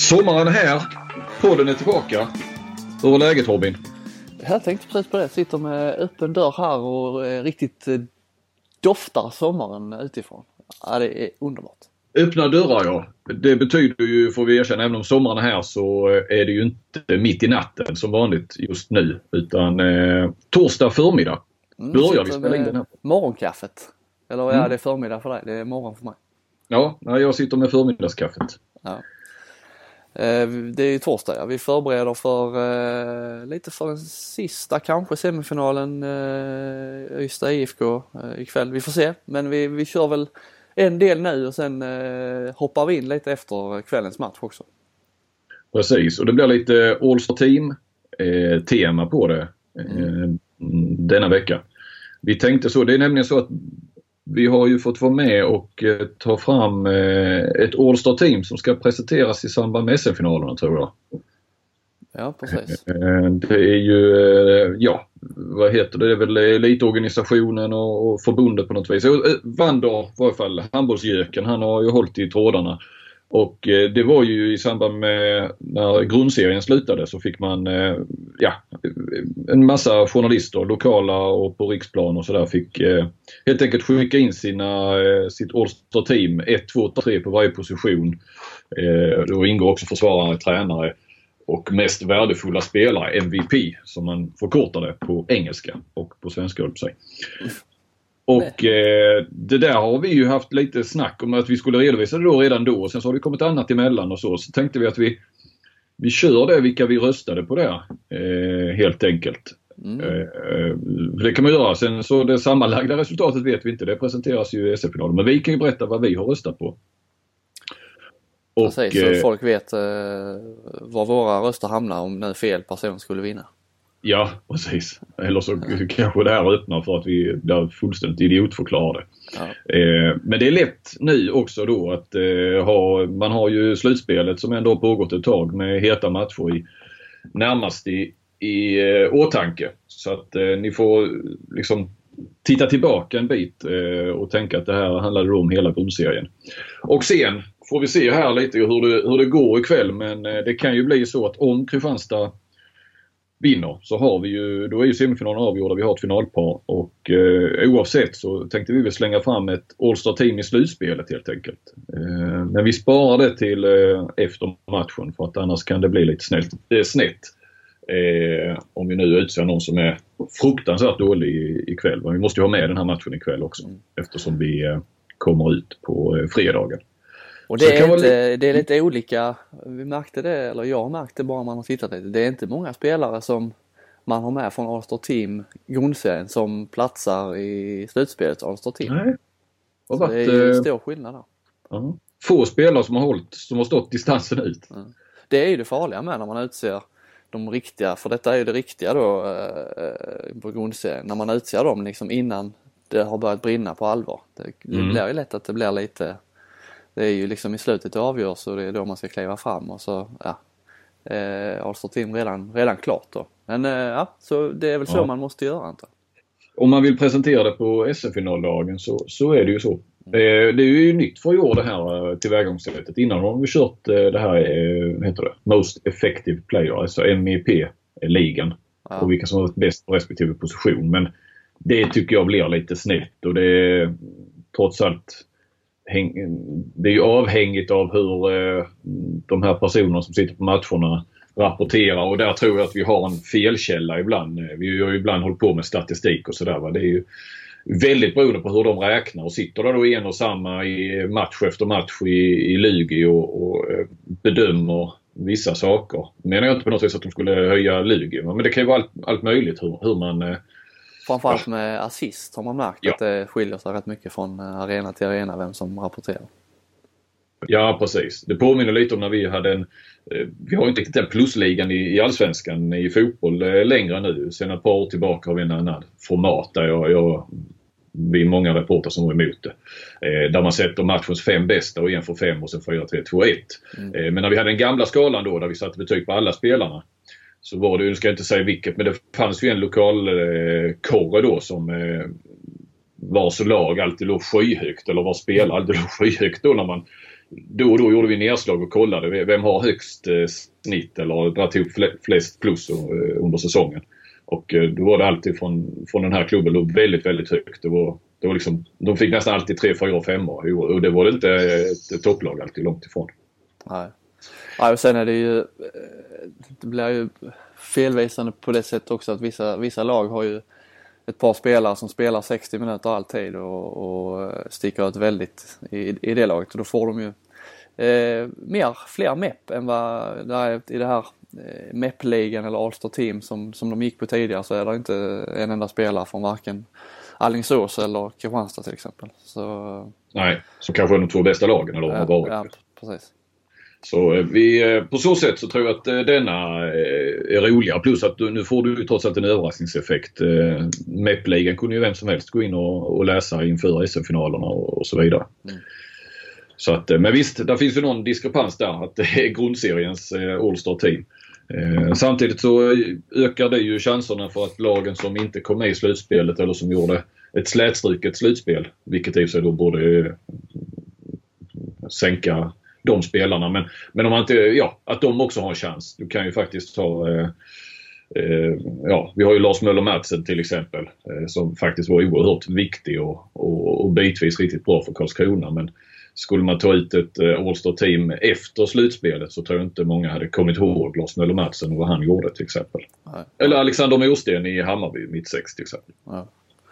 Sommaren är här. Podden är tillbaka. Hur är läget, Robin? Jag tänkte precis på det. Sitter med öppen dörr här och riktigt doftar sommaren utifrån. Ja, det är underbart. Öppna dörrar, ja. Det betyder ju, får vi erkänna, även om sommaren är här så är det ju inte mitt i natten som vanligt just nu. Utan torsdag förmiddag börjar vi spela in den här. Morgonkaffet. Eller är det förmiddag för dig? Det är morgon för mig. Ja, jag sitter med förmiddagskaffet. Ja. Det är ju torsdag, ja. Vi förbereder för lite för den sista kanske semifinalen Ystad IFK ikväll. Vi får se, men vi kör väl en del nu och sen hoppar vi in lite efter kvällens match också. Precis, och det blir lite All-Star Team tema på det denna vecka. Vi tänkte så, det är nämligen så att vi har ju fått vara med och ta fram ett All-Star Team som ska presenteras i samband med SM-finalerna, tror jag. Ja, precis. Det är ju, vad heter det? Det är väl elitorganisationen och förbundet på något vis. Wander, i varje fall handbollsjöken, han har ju hållit i trådarna. Och det var ju i samband med när grundserien slutade så fick man en massa journalister, lokala och på riksplan och sådär, fick helt enkelt skicka in sitt All-Star Team 1, 2, 3 på varje position. Då ingår också försvarare, tränare och mest värdefulla spelare, MVP, som man förkortar det på engelska och på svenska, höll på sig. Och det där har vi ju haft lite snack om att vi skulle redovisa det då redan då. Och sen så har det kommit annat emellan och så. Så tänkte vi att vi kör det vilka vi röstade på där. Helt enkelt. Det kan man göra. Sen så det sammanlagda resultatet vet vi inte. Det presenteras ju i SM-finalen. Men vi kan ju berätta vad vi har röstat på. Och, precis, så folk vet var våra röster hamnar om nu fel person skulle vinna. Ja, precis. Eller så kanske det här öppnar för att vi blir fullständigt idiotförklarade. Ja. Men det är lätt nu också då att man har ju slutspelet som ändå har pågått ett tag med heta matcher närmast i åtanke. Så att ni får liksom titta tillbaka en bit och tänka att det här handlar om hela grundserien. Och sen får vi se här lite hur det går ikväll, men det kan ju bli så att om Kristianstad vinner så har vi ju, då är ju semifinalen avgjorda, vi har ett finalpar och oavsett så tänkte vi väl slänga fram ett All-Star Team i slutspelet helt enkelt. Men vi sparar det till efter matchen för att annars kan det bli lite snett om vi nu utser någon som är fruktansvärt dålig ikväll. Men vi måste ju ha med den här matchen ikväll också eftersom vi kommer ut på fredagen. Och det är lite olika, vi märkte det, eller jag märkte bara man har tittat lite. Det är inte många spelare som man har med från All-Star Team grundserien som platsar i slutspelet All-Star Team. Nej. Så det är ju stor skillnad där. Få spelare som har stått distansen ut. Det är ju det farliga med när man utser de riktiga, för detta är ju det riktiga då på grundserien. När man utser dem liksom innan det har börjat brinna på allvar. Det blir ju lätt att det blir lite... Det är ju liksom i slutet det avgörs och det är då man ska kliva fram och så All-Star Team redan klart då. Men så det är väl så man måste göra, antar jag. Om man vill presentera det på SM-finaldagen så är det ju så. Det är ju nytt för i år det här tillvägagångssättet. Innan har vi kört det här, heter det, Most Effective Player, alltså MEP-ligan. Och vilka som har varit bäst på respektive position. Men det tycker jag blir lite snett och det är trots allt... Det är ju avhängigt av hur de här personerna som sitter på matcherna rapporterar, och där tror jag att vi har en felkälla ibland. Vi har ju ibland hållit på med statistik och sådär. Det är ju väldigt beroende på hur de räknar och sitter där då en och samma i match efter match i Lugi och bedömer vissa saker. Menar jag inte på något sätt att de skulle höja Lugi, men det kan ju vara allt möjligt hur man... Framförallt med assist har man märkt att det skiljer sig rätt mycket från arena till arena vem som rapporterar. Ja, precis. Det påminner lite om när vi hade vi har inte riktigt den plusligan i allsvenskan i fotboll längre nu. Sen ett par år tillbaka har vi en annan format där vi är många reporter som var emot det. Där man sätter matchens 5 bästa och en för 5 och sen 4-3-2-1. Men när vi hade den gamla skalan då där vi satte betyg på alla spelarna, så var det, jag ska inte säga vilket, men det fanns ju en lokal korre då som var så lag alltid låg skyhögt, eller var spelare alltid låg skyhögt då när man då och då gjorde vi nedslag och kollade vem har högst snitt eller dragit ihop flest plus under säsongen. Och då var det alltid från den här klubben låg väldigt, väldigt högt. Det var liksom, de fick nästan alltid 3, 4 och 5 och det var inte ett topplag alltid långt ifrån. Nej. Ja, och sen är det ju, det blir ju felvisande på det sättet också att vissa lag har ju ett par spelare som spelar 60 minuter alltid och sticker ut väldigt i det laget. Och då får de ju fler MEP än vad det är i det här MEP-ligan eller All-Star Team som de gick på tidigare, så är det inte en enda spelare från varken Alingsås eller Kristianstad till exempel. Så... Nej, så kanske de 2 bästa lagen eller har varit. Ja, precis. Så på så sätt så tror jag att denna är roligare, plus att nu får du trots allt en överraskningseffekt. MEP-ligan kunde ju vem som helst gå in och läsa inför SM-finalerna och så vidare. Så att, men visst, där finns ju någon diskrepans där att det är grundseriens All-Star Team. Samtidigt så ökar det ju chanserna för att lagen som inte kom med i slutspelet eller som gjorde ett slätstruket slutspel, vilket i sig då borde sänka de spelarna, men om man inte, att de också har en chans. Du kan ju faktiskt ha vi har ju Lars Möller-Madsen till exempel, som faktiskt var oerhört viktig och bitvis riktigt bra för Karlskrona, men skulle man ta ut ett All-Star Team efter slutspelet så tror jag inte många hade kommit ihåg Lars Möller-Madsen och vad han gjorde till exempel. Nej. Eller Alexander Morsten i Hammarby mitt-6 till exempel. Ja.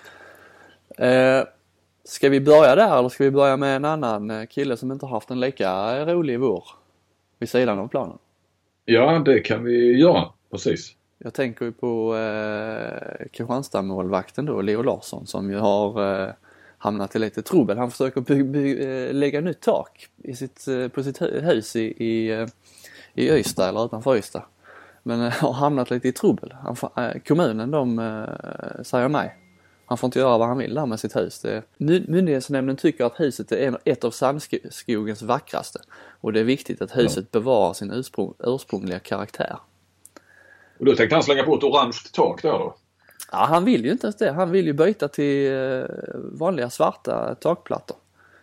Ska vi börja där eller ska vi börja med en annan kille som inte har haft en lika rolig vår vid sidan av planen? Ja, det kan vi göra, precis. Jag tänker ju på Kristianstad-målvakten då, Leo Larsson, som ju har hamnat i lite trubbel. Han försöker lägga nytt tak på sitt hus i Ystad eller utanför Ystad. Men har hamnat lite i trubbel. Kommunen säger nej. Han får inte göra vad han vill där med sitt hus. Myndighetsnämnden tycker att huset är ett av Sandskogens vackraste. Och det är viktigt att huset bevarar sin ursprungliga karaktär. Och då tänkte han slänga på ett orange tak där då? Ja, han vill ju inte ens det. Han vill ju byta till vanliga svarta takplattor.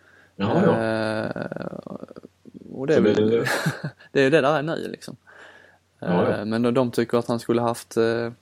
Och det är väl det är det där är nu liksom. Men de tycker att han skulle haft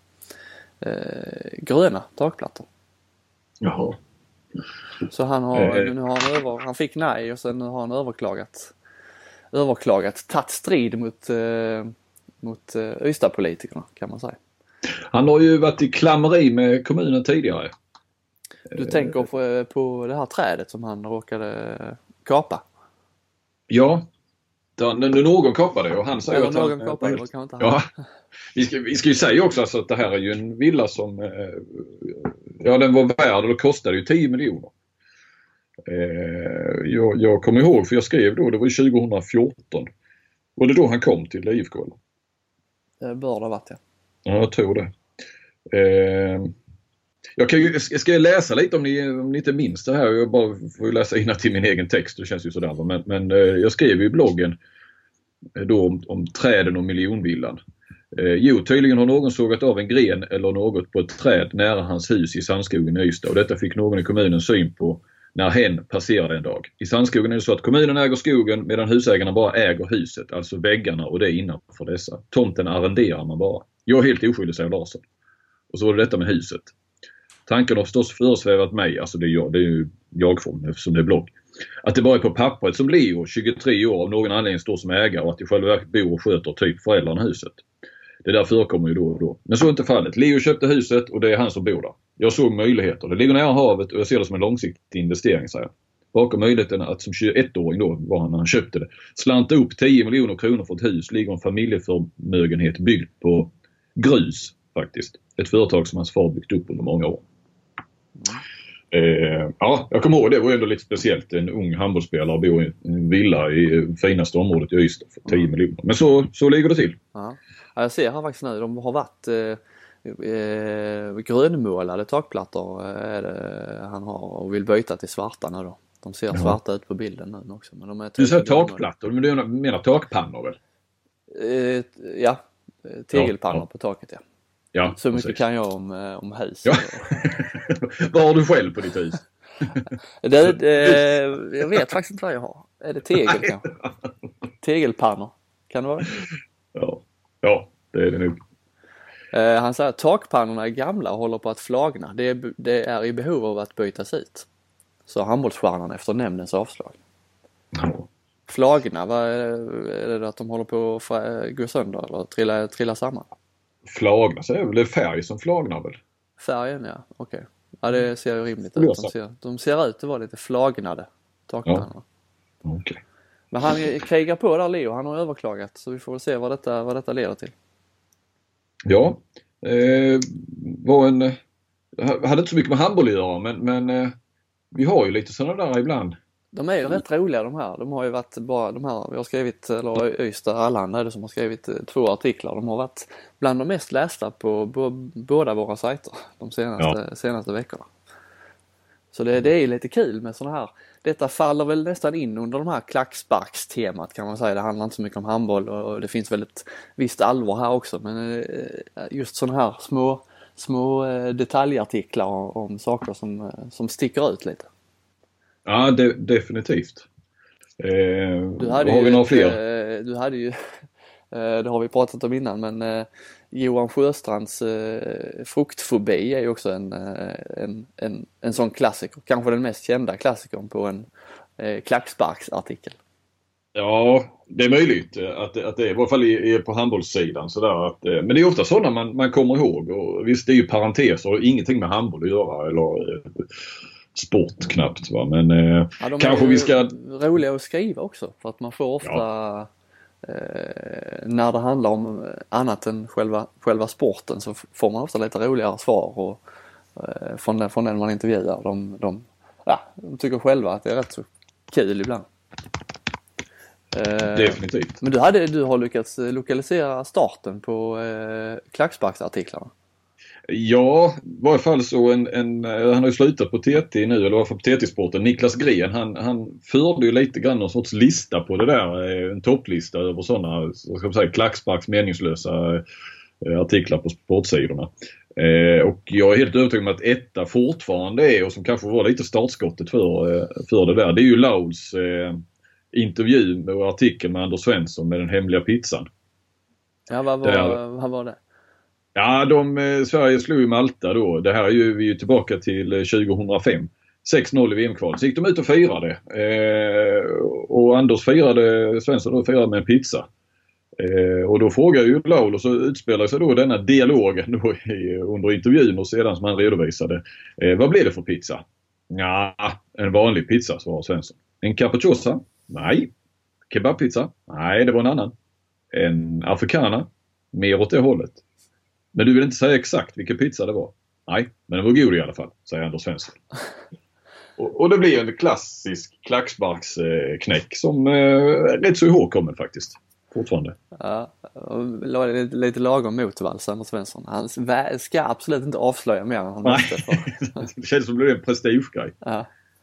gröna takplattor. Jaha. Så han fick nej och sen har han överklagat tagit strid mot Ystad-politikerna kan man säga. Han har ju varit i klammeri med kommunen tidigare. Du tänker på det här trädet som han råkade kapa? Ja, någon kapade och han säger att någon kapade, det kan inte han. Ja, vi ska ju säga också alltså att det här är ju en villa som den var värd och det kostade ju 10 miljoner. Jag kommer ihåg, för jag skrev då, det var ju 2014. Och det då han kom till IFK? Det bör det ha varit, ja. Ja, jag tror det. Ska jag läsa lite om ni inte minns det här? Jag bara får läsa in till min egen text, det känns ju sådär. Men jag skrev i bloggen då om träden och miljonvillan. Tydligen har någon sågat av en gren eller något på ett träd nära hans hus i Sandskogen i Ystad. Och detta fick någon i kommunen syn på när hen passerade en dag. I Sandskogen är det så att kommunen äger skogen medan husägarna bara äger huset, alltså väggarna och det innanför dessa. Tomten arrenderar man bara. Jag är helt oskyldig, säger Larsson. Och så var det detta med huset. Tanken har förstås föresvävat mig, alltså det är ju jag-form eftersom det är blogg. Att det bara är på pappret som Leo, 23 år, av någon anledning står som ägare och att i själva verket bor och sköter typ föräldrarna huset. Det där förekommer ju då och då. Men så är inte fallet. Leo köpte huset och det är han som bor där. Jag såg möjligheter. Det ligger nära havet och jag ser det som en långsiktig investering, säger jag. Bakom möjligheten att som 21-åring då var han när han köpte det. Slanta upp 10 miljoner kronor för ett hus ligger en familjeförmögenhet byggd på grus faktiskt. Ett företag som hans far byggt upp under många år. Jag kommer ihåg, det var ändå lite speciellt. En ung handbollsspelare bor i en villa i finaste området i Ystad för 10 miljoner. Men så ligger det till. Ja, jag ser här faktiskt nu, de har varit grönmålade takplattor han har och vill byta till svarta nu då. De ser svarta ut på bilden nu också. Men de är du säger takplattor, men du menar takpannor väl? Tegelpannor på taket, ja. Ja, så mycket kan jag om hus. Ja. Vad har du själv på ditt hus? Jag vet faktiskt inte vad jag har. Är det tegel kanske? Tegelpannor, kan det vara? Ja, det är det nog. Han säger att takpannorna är gamla och håller på att flagna. Det är i behov av att bytas ut. Så handbollsstjärnan efter nämndens avslag. Ja. Flagna, vad är det att de håller på att gå sönder eller trilla samman? Flagna, så är det väl färg som flagnar väl? Färgen, ja, okej. Ja, det ser ju rimligt ut. De ser ut att vara lite flagnade, takpannorna. Ja. Okej. Men han krigar på där, Leo. Han har överklagat, så vi får väl se vad detta leder till. Ja, hade inte så mycket med handboll att göra, men vi har ju lite sådana där ibland. De är ju rätt roliga de här. De har ju varit bara de här, vi har skrivit, eller Öyster Allanda är det som har skrivit 2 artiklar. De har varit bland de mest lästa på båda våra sajter de senaste veckorna. Så det är lite kul med sådana här. Detta faller väl nästan in under de här klacksparkstemat, kan man säga. Det handlar inte så mycket om handboll och det finns väl ett visst allvar här också. Men just sådana här små detaljartiklar om saker som sticker ut lite. Ja, definitivt. Har vi några fler? Du hade ju, det har vi pratat om innan, men Johan Sjöstrands fruktfobi är ju också en sån klassiker. Kanske den mest kända klassikern på en klacksparksartikel. Ja, det är möjligt att det är, i varje fall på handbollssidan sådär. Men det är ofta sådana man kommer ihåg. Och visst, det är ju parenteser och ingenting med handboll att göra. Eller sport knappt, va? Men kanske vi ska... roliga att skriva också, för att man får ofta när det handlar om annat än själva sporten, så får man ofta lite roligare svar och från den man intervjuar. De tycker själva att det är rätt så kul ibland. Definitivt. Men du har lyckats lokalisera starten på klacksparksartiklarna. Ja, i varje fall så han har ju slutat på TT nu, eller i alla fall på TT-sporten. Niklas Gren, han förde ju lite grann någon sorts lista på det där. En topplista över sådana, ska man säga, klacksparks meningslösa artiklar på sportsidorna. Och jag är helt övertygad om att etta fortfarande är, och som kanske var lite startskottet för det där, det är ju Lauls intervju och artikel med Anders Svensson med den hemliga pizzan. Ja, vad var det? Ja, Sverige slog ju Malta då. Det här är ju, vi är tillbaka till 2005. 6-0 i VM-kval. Så gick de ut och firade. Och Anders Svensson firade med en pizza. Och då frågar ju Laul, och så utspelar sig då denna dialogen då under intervjun, och sedan som han redovisade. Vad blev det för pizza? Ja, en vanlig pizza, svarade Svensson. En capricciosa? Nej. Kebabpizza? Nej, det var en annan. En africana? Mer åt det hållet. Men du vill inte säga exakt vilken pizza det var? Nej, men den var god i alla fall, säger Anders Svensson. och det blir en klassisk klacksparksknäck som är rätt så ihågkommen faktiskt. Fortfarande. Ja, lite lagom motvalls Anders Svensson. Han ska absolut inte avslöja mer än han måste. Det känns som det blir en prestigegrej. Ja.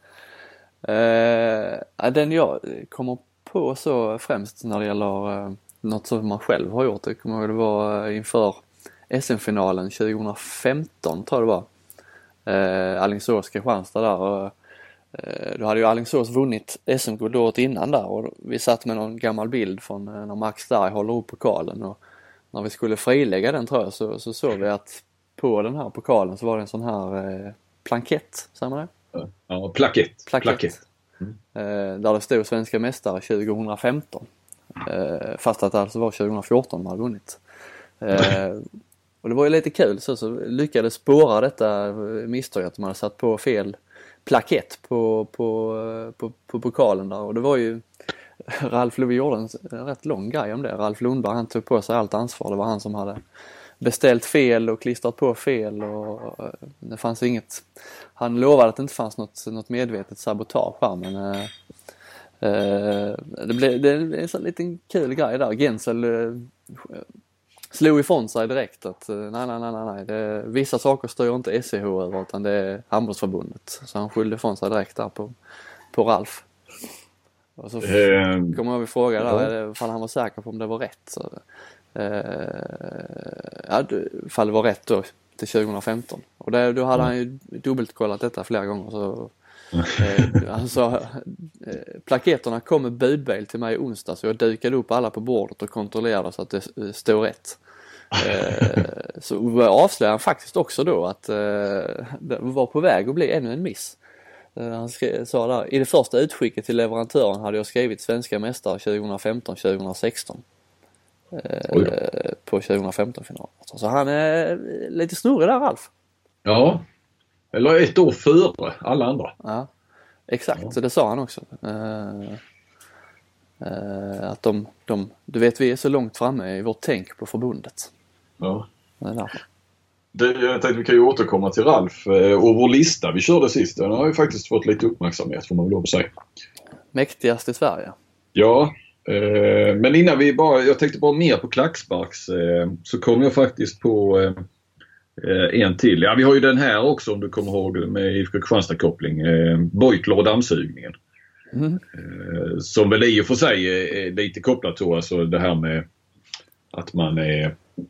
Den jag kommer på så främst när det gäller något som man själv har gjort. Det kommer jag, det var inför SM-finalen 2015 tror jag det var. Alingsås-Kristianstad där. Och, då hade ju Alingsås vunnit SM-guld året innan där, och vi satt med någon gammal bild från när Max Starr håller upp pokalen, och när vi skulle frilägga den tror jag så såg vi att på den här pokalen så var det en sån här plankett, säger man det? Ja, plakett. Där det stod svenska mästare 2015. Fast att det alltså var 2014 man hade vunnit. Och det var ju lite kul, så lyckades spåra detta misstag att man hade satt på fel plakett på pokalen där, och det var ju Ralf Lundberg gjorde en rätt lång grej om det. Ralf Lundberg, han tog på sig allt ansvar. Det var han som hade beställt fel och klistrat på fel, och det fanns inget, han lovade att det inte fanns något medvetet sabotage här, men det är en sån liten kul grej där. Gensel slog ifrån sig direkt att nej. Vissa saker styr inte SEH över, utan det är handbollsförbundet. Så han skyllde ifrån sig direkt där på Ralf. Och så kommer jag att fråga där, ifall han var säker på om det var rätt. Så, ifall det var rätt då till 2015. Och då hade han ju dubbelkollat detta flera gånger. Så, plaketerna kom med budbil till mig i onsdag, så jag dukade upp alla på bordet och kontrollerade så att det står rätt. Så avslöjade han faktiskt också då att det var på väg att bli ännu en miss. Han sa där, i det första utskicket till leverantören hade jag skrivit svenska mästare 2015-2016 på 2015-finalen. Så han är lite snurrig där, Ralf. Ja, eller ett år före alla andra. Ja, exakt, så det sa han också. Att du vet, vi är så långt framme i vårt tänk på förbundet. Ja. Det är därför. Jag tänkte vi kan ju återkomma till Ralf och vår lista vi körde sist. Den har ju faktiskt fått lite uppmärksamhet, får man väl lov att säga. Mäktigast i Sverige. Ja, men innan jag tänkte bara mer på klacksparks, så kom jag faktiskt på en till. Ja, vi har ju den här också, om du kommer ihåg, med IFK Kristianstad-koppling. Beutler och dammsugningen. Som väl i och för sig är lite kopplat till alltså det här med att man är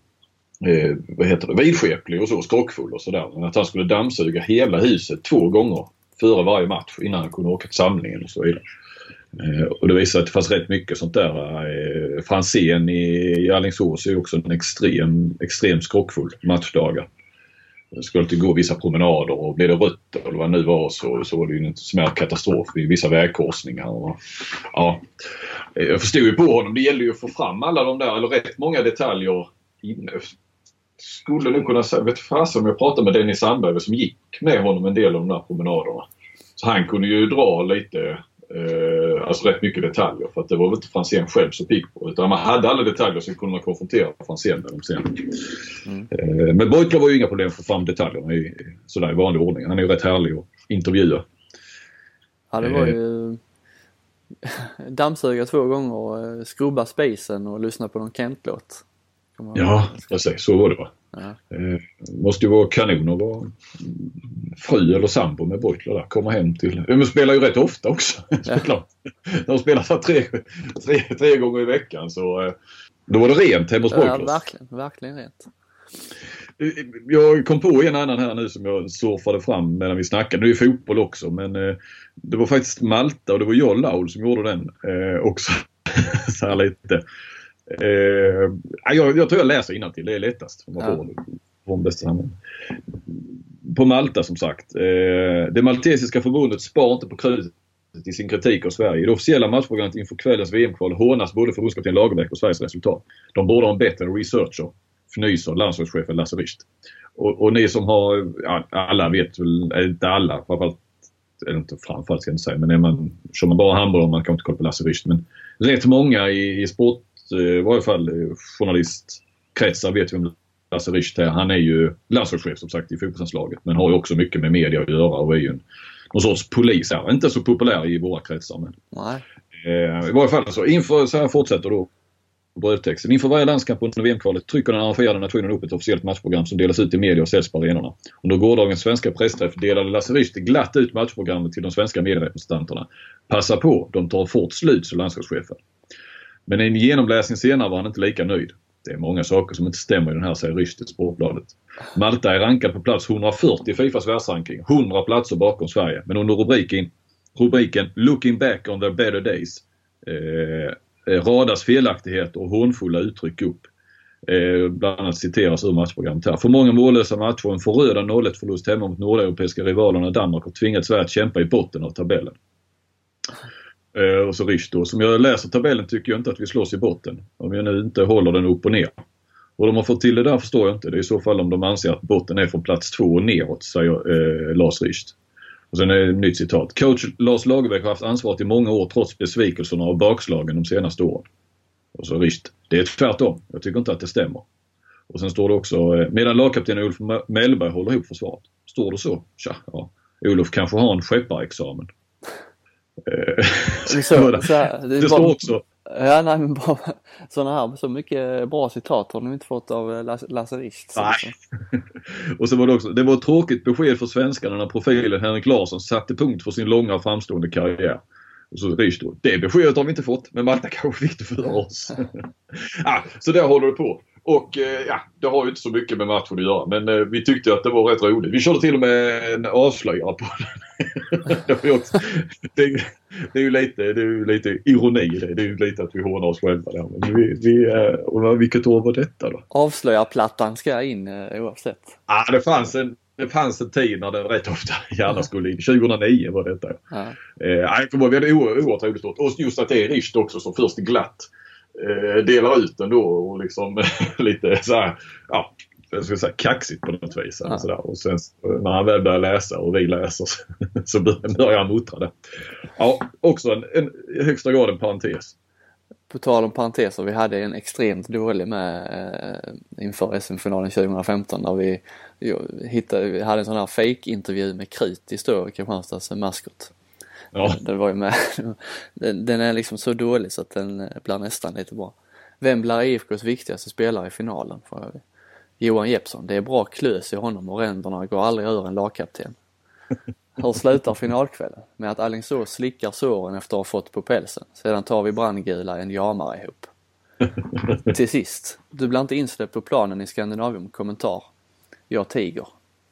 vidskeplig och så, skrockfull och sådär. Men att han skulle dammsuga hela huset 2 gånger före varje match innan han kunde åka till samlingen och så vidare. Och det visar att det fanns rätt mycket sånt där. Franzén i Alingsås är också en extrem skrockfull matchdagar. Det skulle alltid gå vissa promenader och blev det rött eller vad det nu var, så var det ju en smäll katastrof i vissa vägkorsningar. Och, ja, jag förstod ju på honom, det gäller ju att få fram alla de där, eller rätt många detaljer inne. Skulle nu kunna säga, vet fasen om jag pratade med Dennis Sandberg som gick med honom en del av de där promenaderna. Så han kunde ju dra lite, alltså rätt mycket detaljer, för att det var väl inte Franzén själv så pigg på. Utan man hade alla detaljer så kunde man konfrontera Franzén med dem sen. Men Beutler var ju inga problem att få fram detaljerna sådär i vanlig ordning. Han är ju rätt härlig att intervjua. Ja, det var ju dammsuga 2 gånger, skrubba spacen och lyssna på någon Kent-låt. Ja, precis, så var det, va? Ja. Måste ju vara kanon att vara fru eller sambo med Beutler där. Komma hem till... De spelar ju rätt ofta också. Ja. De spelar så 3 gånger i veckan, så då var det rent hemma hos Beutler. Ja, verkligen rent. Jag kom på en annan här nu som jag surfade fram medan vi snackade. Det är ju fotboll också, men det var faktiskt Malta och det var John Laul som gjorde den också. Så här lite. Jag tror jag läser innantill, det är lättast. På Malta som sagt. Det maltesiska förbundet sparar inte på krutet i sin kritik av Sverige. Det officiella matchprogrammet inför kvällens VM-kval hånas både förbundskapten Lagerbäck och Sveriges resultat. De borde ha en bättre researcher, fnyser landslagschefen Lasse Richt. Och ni som har, alla vet väl, inte alla, framförallt, eller inte framförallt ska jag inte säga, men kör man bara handboll, man kan inte kolla på Lasse Richt. Men rätt många i sport, i varje fall journalistkretsar, vet vi om Lasse Richt här. Han är ju landslagschef som sagt i fotbollslandslaget, men har ju också mycket med media att göra och är ju någon sorts polis här. Inte så populär i våra kretsar, men i varje fall så inför, så här fortsätter då brödtexten. Inför varje landskamp under VM-kvalet trycker den arrangerade nationen upp ett officiellt matchprogram som delas ut i media och säljs på arenorna. Under gårdagens svenska pressträff delade Lasse Richt glatt ut matchprogrammet till de svenska medierepresentanterna. Passa på, de tar fort slut, så landslagschefen. Men i en genomläsning senare var han inte lika nöjd. Det är många saker som inte stämmer i den här, säger Richt till Sportbladet. Malta är rankad på plats 140 i Fifas världsranking, 100 platser bakom Sverige. Men under rubriken Looking back on their better days radas felaktigheter och hånfulla uttryck upp. Bland annat citeras ur matchprogrammet här. För många mållösa matcher, en förödande 0-1-förlust hemma mot nordeuropeiska rivalerna Danmark har tvingat Sverige att kämpa i botten av tabellen. Och så Richt då. Som jag läser tabellen tycker jag inte att vi slås i botten. Om jag nu inte håller den upp och ner. Och de har fått till det där förstår jag inte. Det är i så fall om de anser att botten är från plats 2 och neråt, säger Lars Richt. Och sen är det ett nytt citat. Coach Lars Lagerbäck har haft ansvaret i många år trots besvikelserna och bakslagen de senaste åren. Och så Richt. Det är tvärtom. Jag tycker inte att det stämmer. Och sen står det också, medan lagkapten Ulf Mellberg håller ihop försvaret. Står det så? Tja, ja. Olof kanske har en skepparexamen. Det står också. Ja, nej, men bara sådana här, så mycket bra citat har de inte fått av Lasse Richt. Nej. Och så var det också, det var ett tråkigt besked för svenskarna när profilen Henrik Larsson satte punkt för sin långa och framstående karriär. Och så Richt då, det beskedet har vi inte fått, men Malta kanske fick det för oss. Så där håller det på. Och det har ju inte så mycket med matchen att göra. Men vi tyckte att det var rätt roligt. Vi körde till och med en avslöjare på den. det är ju lite ironi i det. Det är ju lite att vi hånar oss själva där. Men vilket år var detta då? Avslöjarplattan ska in oavsett. Ja, det fanns en tid när det rätt ofta gärna skulle in. 2009 var detta. Ja. Vi hade oerhört roligt stort. Och just att det är Richt också som först glatt delar ut den då och liksom lite så här, jag ska säga kaxigt på något vis. Ja. Så där. Och sen när han väl börjar läsa och vi läser så börjar han muttra det. Ja, också en högsta grad en parentes. På tal om parenteser, vi hade en extremt dålig med inför SM-finalen 2015 där vi hade en sån här fake-intervju med Krut i Kristianstads maskot. Ja. Den var ju med. Den är liksom så dålig så att den blir nästan lite bra. Vem blir IFKs viktigaste spelare i finalen? Johan Jeppsson. Det är bra klös i honom och ränderna går aldrig ur en lagkapten. Hur slutar finalkvällen? Med att Alingsås slickar såren efter att ha fått på pälsen. Sedan tar vi brandgula en jamare ihop. Till sist. Du blir inte insläppt på planen i Skandinavium. Kommentar. Jag tiger.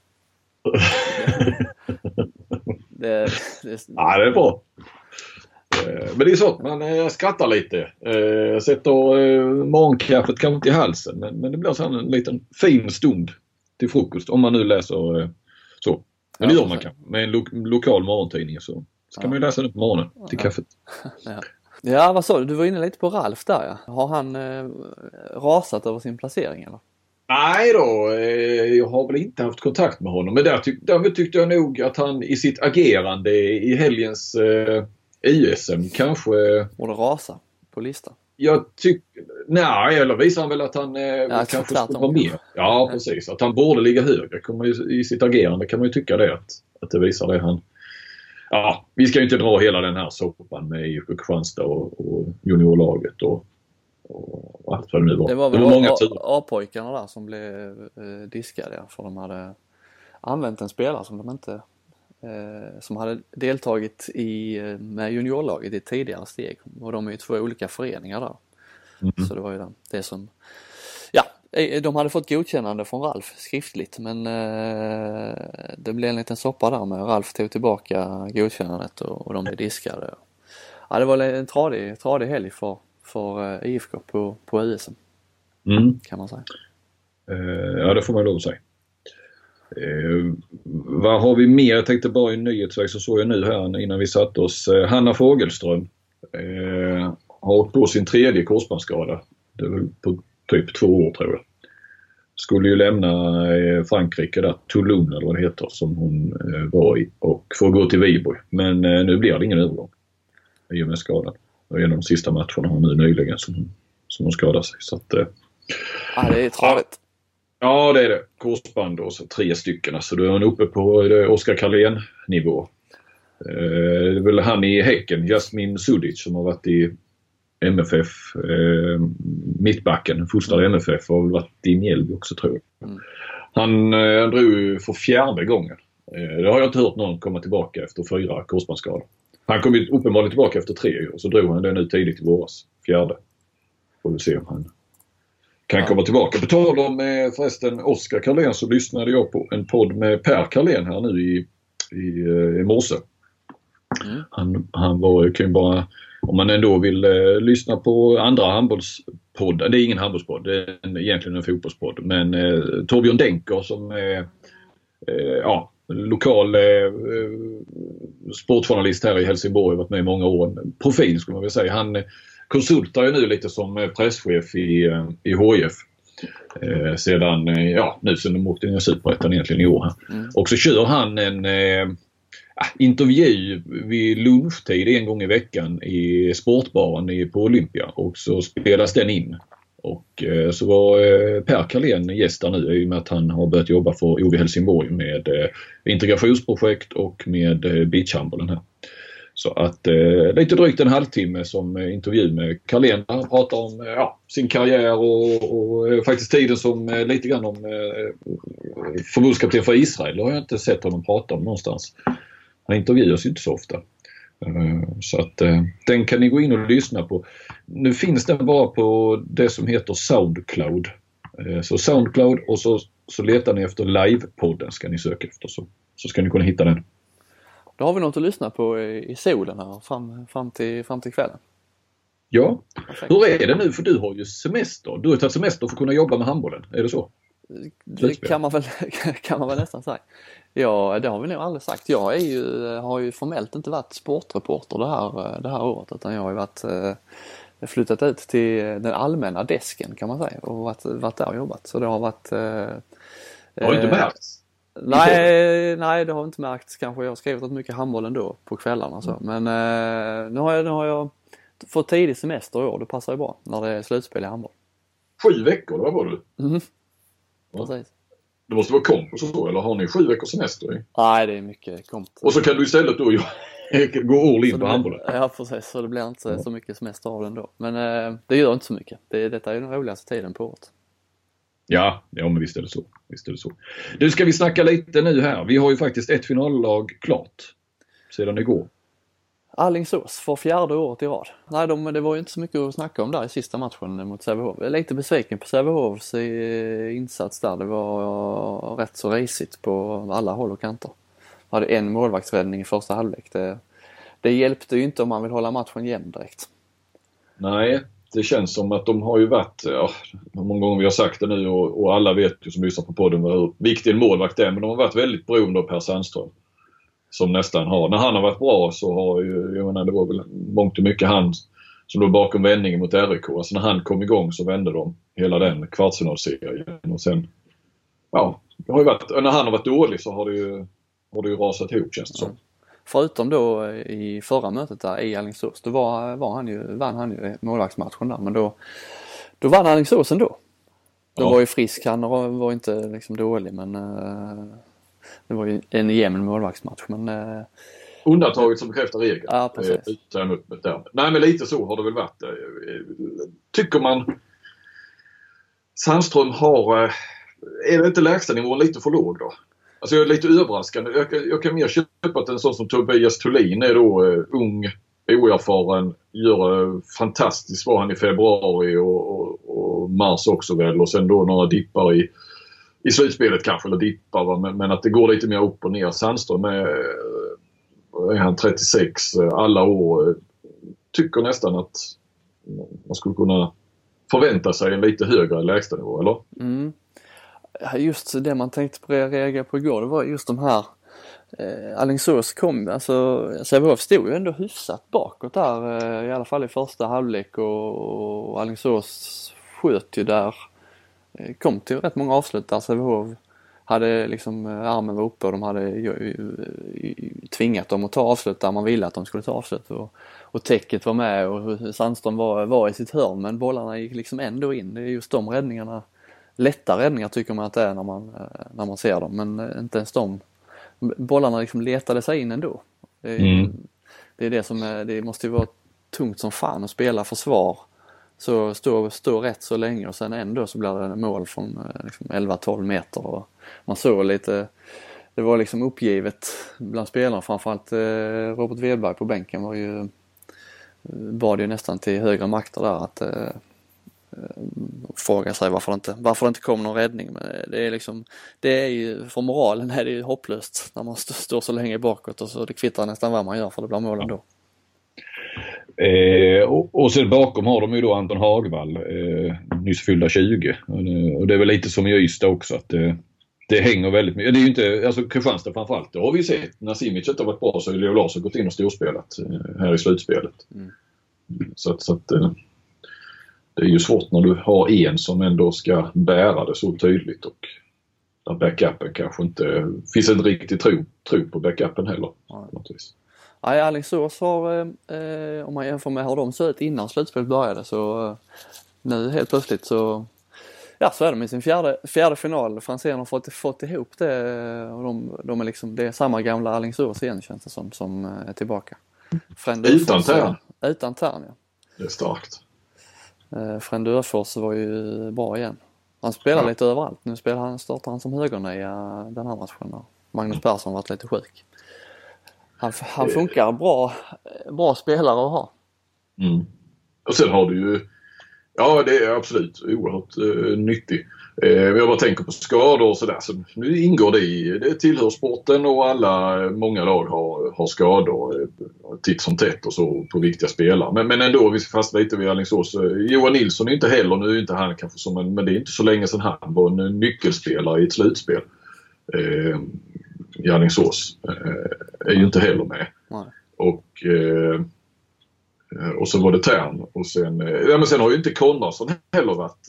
Ja, det är bra. Men det är så, man skrattar lite. Sätter morgonkaffet kanske inte i halsen. Men det blir så en liten fin stund till frukost. Om man nu läser så. Men det gör man kanske. Med en lokal morgontidning så kan man ju läsa det på morgonen till kaffet. Ja, vad sa du? Du var inne lite på Ralf där, ja. Har han rasat över sin placering eller? Nej då, jag har väl inte haft kontakt med honom. Men därmed tyckte jag nog att han i sitt agerande i helgens ISM kanske... Borde rasa på listan. Nej, eller visar han väl att han kanske skulle vara mer. Ja, precis. Att han borde ligga högre. I sitt agerande kan man ju tycka det. Att det visar det han... Ja, vi ska ju inte dra hela den här soppan med IFK Kristianstad och juniorlaget och allt vad det nu var. Det var väl många A-pojkarna där som blev diskade för de hade använt en spelare som de inte som hade deltagit med juniorlaget i tidigare steg och de är ju två olika föreningar där. Så det var ju det som de hade fått godkännande från Ralf skriftligt men det blev en liten soppa där med Ralf tog tillbaka godkännandet och de blev diskade. Ja, det var en tradig helg för IFK på USM kan man säga. Ja, det får man lov att säga. Vad har vi mer? Jag tänkte bara i nyhetsväg så såg jag nu här innan vi satt oss. Hanna Fogelström har åkt på sin 3:e korsbandsskada. Det är väl på typ 2 år tror jag. Skulle ju lämna Frankrike där, Toulon eller vad det heter som hon var i och får gå till Viborg. Men nu blir det ingen övergång i och med skadan. Och en av de sista matcherna har nu nyligen som hon skadar sig. Så att, det är tradigt. Ja, det är det. Korsband och så 3 stycken. Så då är hon uppe på Oskar Carlén-nivå. Det är väl han i Häcken, Jasmin Sudic, som har varit i MFF, mittbacken, fostrad MFF och har varit i Mjällby också tror jag. Han drog för 4:e gången. Det har jag inte hört någon komma tillbaka efter 4 korsbandsskador. Han kom ju uppenbarligen tillbaka efter 3 och så drog han det nu tidigt i våras, 4:e. Får vi se om han kan komma tillbaka. På tal om förresten Oskar Carlén så lyssnade jag på en podd med Per Carlén här nu i morse. Han var kan ju bara, om man ändå vill lyssna på andra handbollspoddar, det är ingen handbollspodd, det är egentligen en fotbollspodd, men Torbjörn Denker som är lokal sportjournalist här i Helsingborg, har varit med i många år, en profil skulle man väl säga. Han konsultar ju nu lite som presschef i HIF sedan de åkte ner Superettan egentligen i år här. Och så kör han en intervju vid lunchtid en gång i veckan i sportbaren på Olympia och så spelas den in. Och så var Per Carlén gäst där nu i och med att han har börjat jobba för OV Helsingborg med integrationsprojekt och med beachhandbollen här. Så att lite drygt en halvtimme som intervju med Carlén. Han pratar om sin karriär och faktiskt tiden som lite grann om förbundskapten för Israel. Det har jag inte sett honom prata om någonstans. Han intervjuas ju inte så ofta. Så att den kan ni gå in och lyssna på. Nu finns den bara på det som heter Soundcloud. Så Soundcloud och så letar ni efter Live-podden ska ni söka efter så ska ni kunna hitta den. Då har vi något att lyssna på i solen här fram till kvällen. Ja. Perfekt. Hur är det nu? För du har ju semester. Du har tagit semester för att kunna jobba med handbollen. Är det så? Det kan man väl nästan säga. Ja, det har vi nog aldrig sagt. Jag har ju formellt inte varit sportreporter det här året, utan jag har ju flyttat ut till den allmänna desken kan man säga och varit där och jobbat. Så det har varit... Har du inte märkts? Nej, det har inte märkts kanske. Jag har skrivit rätt mycket handboll ändå på kvällarna så. Men nu har jag fått tidig semester i år. Det passar ju bra när det är slutspel i handboll. 7 veckor, eller vad var du? Mm. Ja. Precis. Det måste vara komp och så, eller har ni 7 veckors semester i? Nej, det är mycket komp. Och så kan du istället då gå all in på handbollen. Ja, precis. Så det blir inte så mycket semester av den då. Men det gör inte så mycket. Detta är den roligaste tiden på året. Ja, men visst är det så. Du, ska vi snacka lite nu här. Vi har ju faktiskt ett finallag klart sedan igår. Alingsås för 4:e året i rad. Nej, det var ju inte så mycket att snacka om där i sista matchen mot Sävehof. Jag är lite besviken på Sävehofs insats där. Det var rätt så racigt på alla håll och kanter. Jag hade en målvaktsräddning i första halvlek. Det hjälpte ju inte om man vill hålla matchen jämn direkt. Nej, det känns som att de har ju varit, hur många gånger vi har sagt det nu och alla vet ju som lyssnar på podden hur viktig en målvakt är, men de har varit väldigt beroende av Per Sandström. Som nästan har, när han har varit bra så har ju, jag menar det var väl mångt och mycket han som låg bakom vändningen mot RIK. Alltså när han kom igång så vände de hela den kvartsfinalserien och sen, det har ju varit, när han har varit dålig så har det ju rasat ihop känns det som. Förutom då i förra mötet där i Alingsås, då vann han ju målvaktsmatchen där, men då vann Alingsås ändå. Då var ju frisk, han var inte liksom dålig, men det var ju en jämn målvaktsmatch. Men undantaget som bekräftar regeln. Ja, precis. Nej, men lite så har det väl varit. Tycker man Sandström är det inte lägsta nivån lite för låg då? Alltså jag är lite överraskande. Jag kan mer köpa att en sån som Tobias Thulin är då ung, oerfaren, gör fantastiskt var han i februari och mars också väl. Och sen då några dippar i slutspelet kanske, eller dippar, men att det går lite mer upp och ner. Sandström är han 36 alla år. Tycker nästan att man skulle kunna förvänta sig en lite högre lägstanivå, eller? Mm. Just det man tänkte på reagera på igår, det var just de här Alingsås kom, alltså Sävehof stod ju ändå hyfsat bakåt där i alla fall i första halvlek och Alingsås sköt ju där, kom till rätt många avslut där Sävehof hade liksom armen var uppe och de hade tvingat dem att ta avslut där man ville att de skulle ta avslut och täcket var med och Sandström var i sitt hörn, men bollarna gick liksom ändå in. Det är just de räddningarna, lätta räddningar tycker man att det är när man ser dem, men inte ens de bollarna liksom letade sig in ändå. Det är det som det måste ju vara tungt som fan att spela försvar så stå rätt så länge och sen ändå så blir det mål från liksom 11-12 meter och man såg lite, det var liksom uppgivet bland spelarna, framförallt Robert Wedberg på bänken bad ju nästan till högre makter där att fråga sig varför det inte kom någon räddning, men det är ju för moralen är det ju hopplöst när man står så länge bakåt och så det kvittar nästan vad man gör för det blir mål ändå. Och sen bakom har de ju då Anton Hagvall nyss fyllda 20 och det är väl lite som i Ystad också att det hänger väldigt mycket. Det är ju inte, alltså Kristianstad framförallt, det har vi sett när Simic inte har varit bra så har Leo Larsson gått in och storspelat här i slutspelet. Så att det är ju svårt när du har en som ändå ska bära det så tydligt och där backupen kanske inte finns en riktig tro på backupen heller. Nej, Alingsås har, om man jämför med hur de såg ut innan slutspelet började så nu helt plötsligt så är de i sin fjärde final. Franzén har fått ihop det och de är liksom, det är samma gamla Alingsås igen känns det som är tillbaka. Utan Tern. Utan Tern, ja. Det är starkt. Frend Öfors var ju bra igen. Han spelar lite överallt. Nu startar han som högernia den här matchen. Magnus Persson har varit lite sjuk. Han funkar bra spelare att ha. Och sen har du ju Ja, det är absolut oerhört nyttig. Jag bara tänker på skador och sådär. Så nu ingår det tillhör sporten och många lag har skador titt som tätt och så på viktiga spelare. Men ändå, vi ska fast lite vid Alingsås. Johan Nilsson är inte heller, nu är inte han kanske som men det är inte så länge sedan han var en nyckelspelare i ett slutspel. I Alingsås är ju inte heller med. Nej. Och så var det Tern och sen har ju inte Konradsson heller varit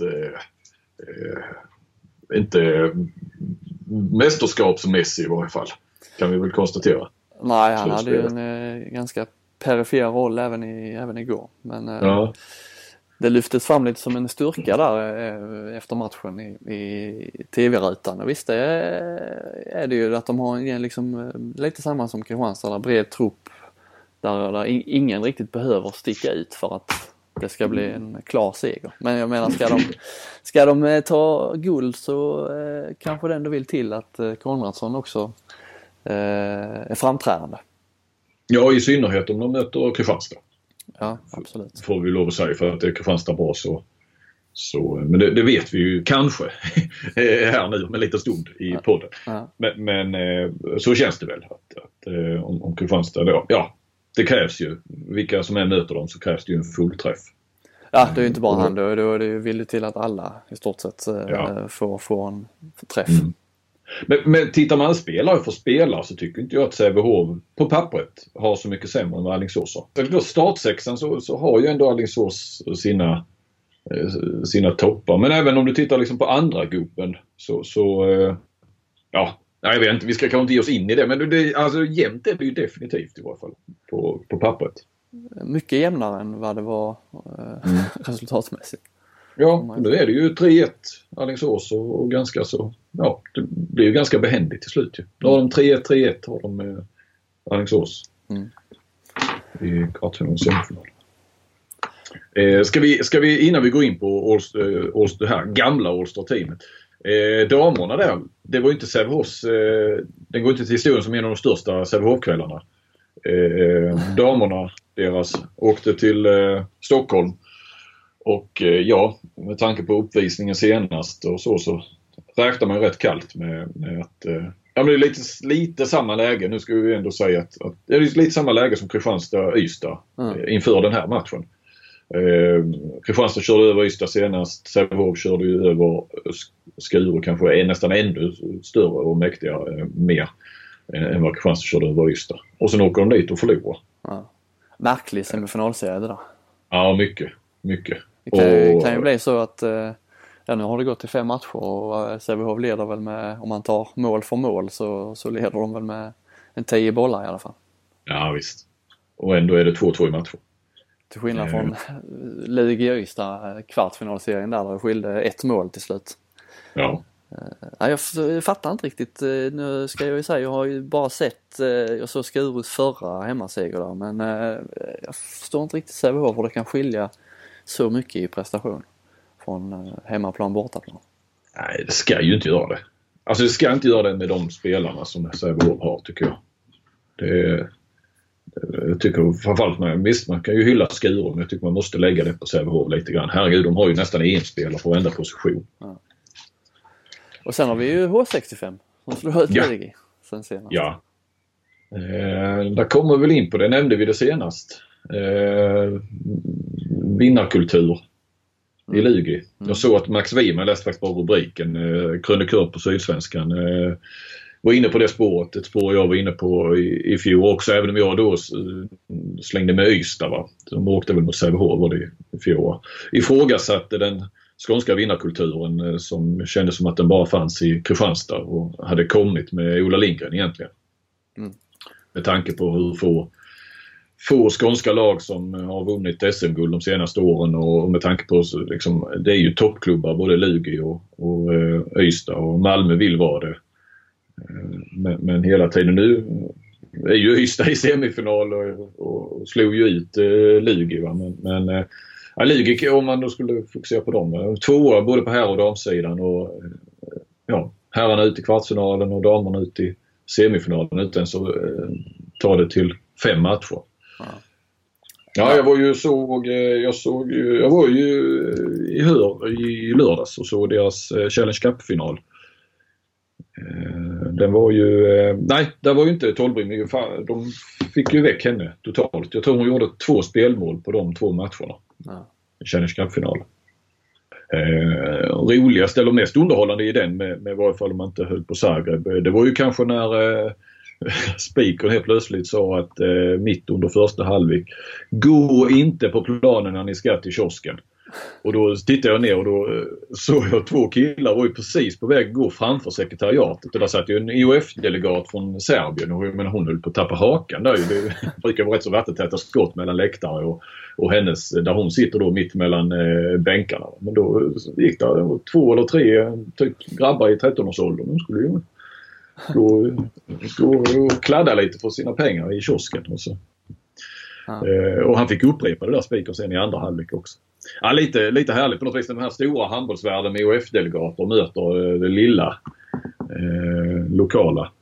inte mästerskapsmässig i varje fall, kan vi väl konstatera. Nej, han hade ju en ganska perifer roll även igår, men det lyftes fram lite som en styrka där efter matchen i tv-rutan. Och visst är det ju att de har liksom lite samma som Kristianstad, där bred trupp där ingen riktigt behöver sticka ut för att det ska bli en klar seger. Men jag menar, ska de ta guld så kanske det ändå vill till att Konradsson också är framträdande. Ja, i synnerhet om de möter Kristianstad. Ja, absolut. Får vi lov att säga, för att det är Kristianstad bra så men det vet vi ju kanske här nu med lite stund i podden. Ja. Men så känns det väl att om Kristianstad då, det krävs ju, vilka som är möter dem så krävs det ju en fullträff. Ja, det är ju inte bara han då är det ju villigt till att alla i stort sett får en träff. Mm. Men tittar man spelare för spelare så tycker inte jag att Sävehof på pappret har så mycket sämre än vad Alingsås har. Då startsexan så har ju ändå Alingsås sina toppar. Men även om du tittar liksom på andra gruppen så jag vet inte, vi ska kanske inte ge oss in i det, men alltså jämnt är det ju definitivt i varje fall på pappret. Mycket jämnare än vad det var resultatmässigt. Ja, nu är det ju 3-1 Alingsås och ganska så, det blir ju ganska behändigt till slut ju. Då har de 3-1 har de Alingsås i kvartsfinal och semifinal. Ska vi innan vi går in på det här gamla All-Star-teamet, damerna där, det var ju inte Sävehofs, den går inte till historien som en av de största Sävehof-kvällarna. Damerna deras åkte till Stockholm och med tanke på uppvisningen senast och så räknar man rätt kallt med att men det är lite samma läge. Nu ska vi ändå säga att det är lite samma läge som Kristianstad-Ystad inför den här matchen. Kristianstad körde över Ystad senast. Sävehof körde ju över Skuru, kanske är nästan ännu större och mäktigare mer än vad Kristianstad körde över Ystad. Och sen åker de dit och förlorar. Ja. Märklig semifinalserie det där. Ja, mycket. Det kan ju bli så att nu har det gått till 5 matcher och Sävehof leder väl med, om man tar mål för mål så leder de väl med en 10 bollar i alla fall. Ja, visst. Och ändå är det 2-2 i matcher. Till skillnad från Lugi Ystad, kvartfinalserien där det skilde 1 mål till slut. Ja. Jag fattar inte riktigt. Nu ska jag ju säga, jag har ju bara sett, jag såg Skurus förra hemmaseger där, men jag förstår inte riktigt Sävehof hur det kan skilja så mycket i prestation från hemmaplan bortaplan. Nej, det ska ju inte göra det. Alltså det ska inte göra det med de spelarna som Sävehof har, tycker jag. Jag tycker framförallt man kan ju hylla Skuru, men jag tycker man måste lägga det på Sävehof lite grann. Herregud, de har ju nästan EM-spelare på varenda position. Ja. Och sen har vi ju H65 som slår ut Lugi sen senast. Ja. Där kommer vi väl in på det, nämnde vi det senast. Vinnarkultur i Lugi. Jag såg att Max Wiman, läste faktiskt på rubriken, krönikör på Sydsvenskan, var inne på det spåret, ett spår jag var inne på i fjol också, även om jag då slängde med Ystad, va. De åkte väl mot Sävehof var det i fjol. Ifrågasatte den skånska vinnarkulturen som kändes som att den bara fanns i Kristianstad och hade kommit med Ola Lindgren egentligen. Med tanke på hur få skånska lag som har vunnit SM-guld de senaste åren och med tanke på liksom, det är ju toppklubbar, både Lugi och Ystad, och Malmö vill vara det. Men hela tiden nu är ju Ystad i semifinal och slog ju ut Lugi, va? Men Lugi, om man då skulle fokusera på dem, 2 både på herr- och damsidan, och herrarna ut i kvartsfinalen och damerna ut i semifinalen, utan så tar det till 5 matcher. Ja, jag var ju i Hör i lördags och såg deras Challenge Cup-final. Den var ju... Nej, det var ju inte Tollbring. De fick ju väck henne totalt. Jag tror hon gjorde 2 spelmål på de 2 matcherna. Ja. Challenge Cup-final. Roligast eller mest underhållande i den med varje fall om man inte höll på Zagreb. Det var ju kanske när Speaker helt plötsligt sa att mitt under första halvlek, gå inte på planen när ni ska till kiosken. Och då tittade jag ner och då såg jag 2 killar var ju precis på väg att gå framför sekretariatet. Och där satt ju en IOF-delegat från Serbien och hon höll på att tappa hakan där. Det brukar vara rätt så vattentäta skott mellan läktare och hennes, där hon sitter då mitt mellan bänkarna. Men då gick det 2 eller 3 typ grabbar i 13-årsåldern. De skulle ju gå och kladda lite för sina pengar i kiosken och så. Och han fick upprepa det där Speaker sen i andra halvlek också. Ja, lite härligt på något vis. Den här stora handbollsvärlden med OF-delegater möter det lilla lokala.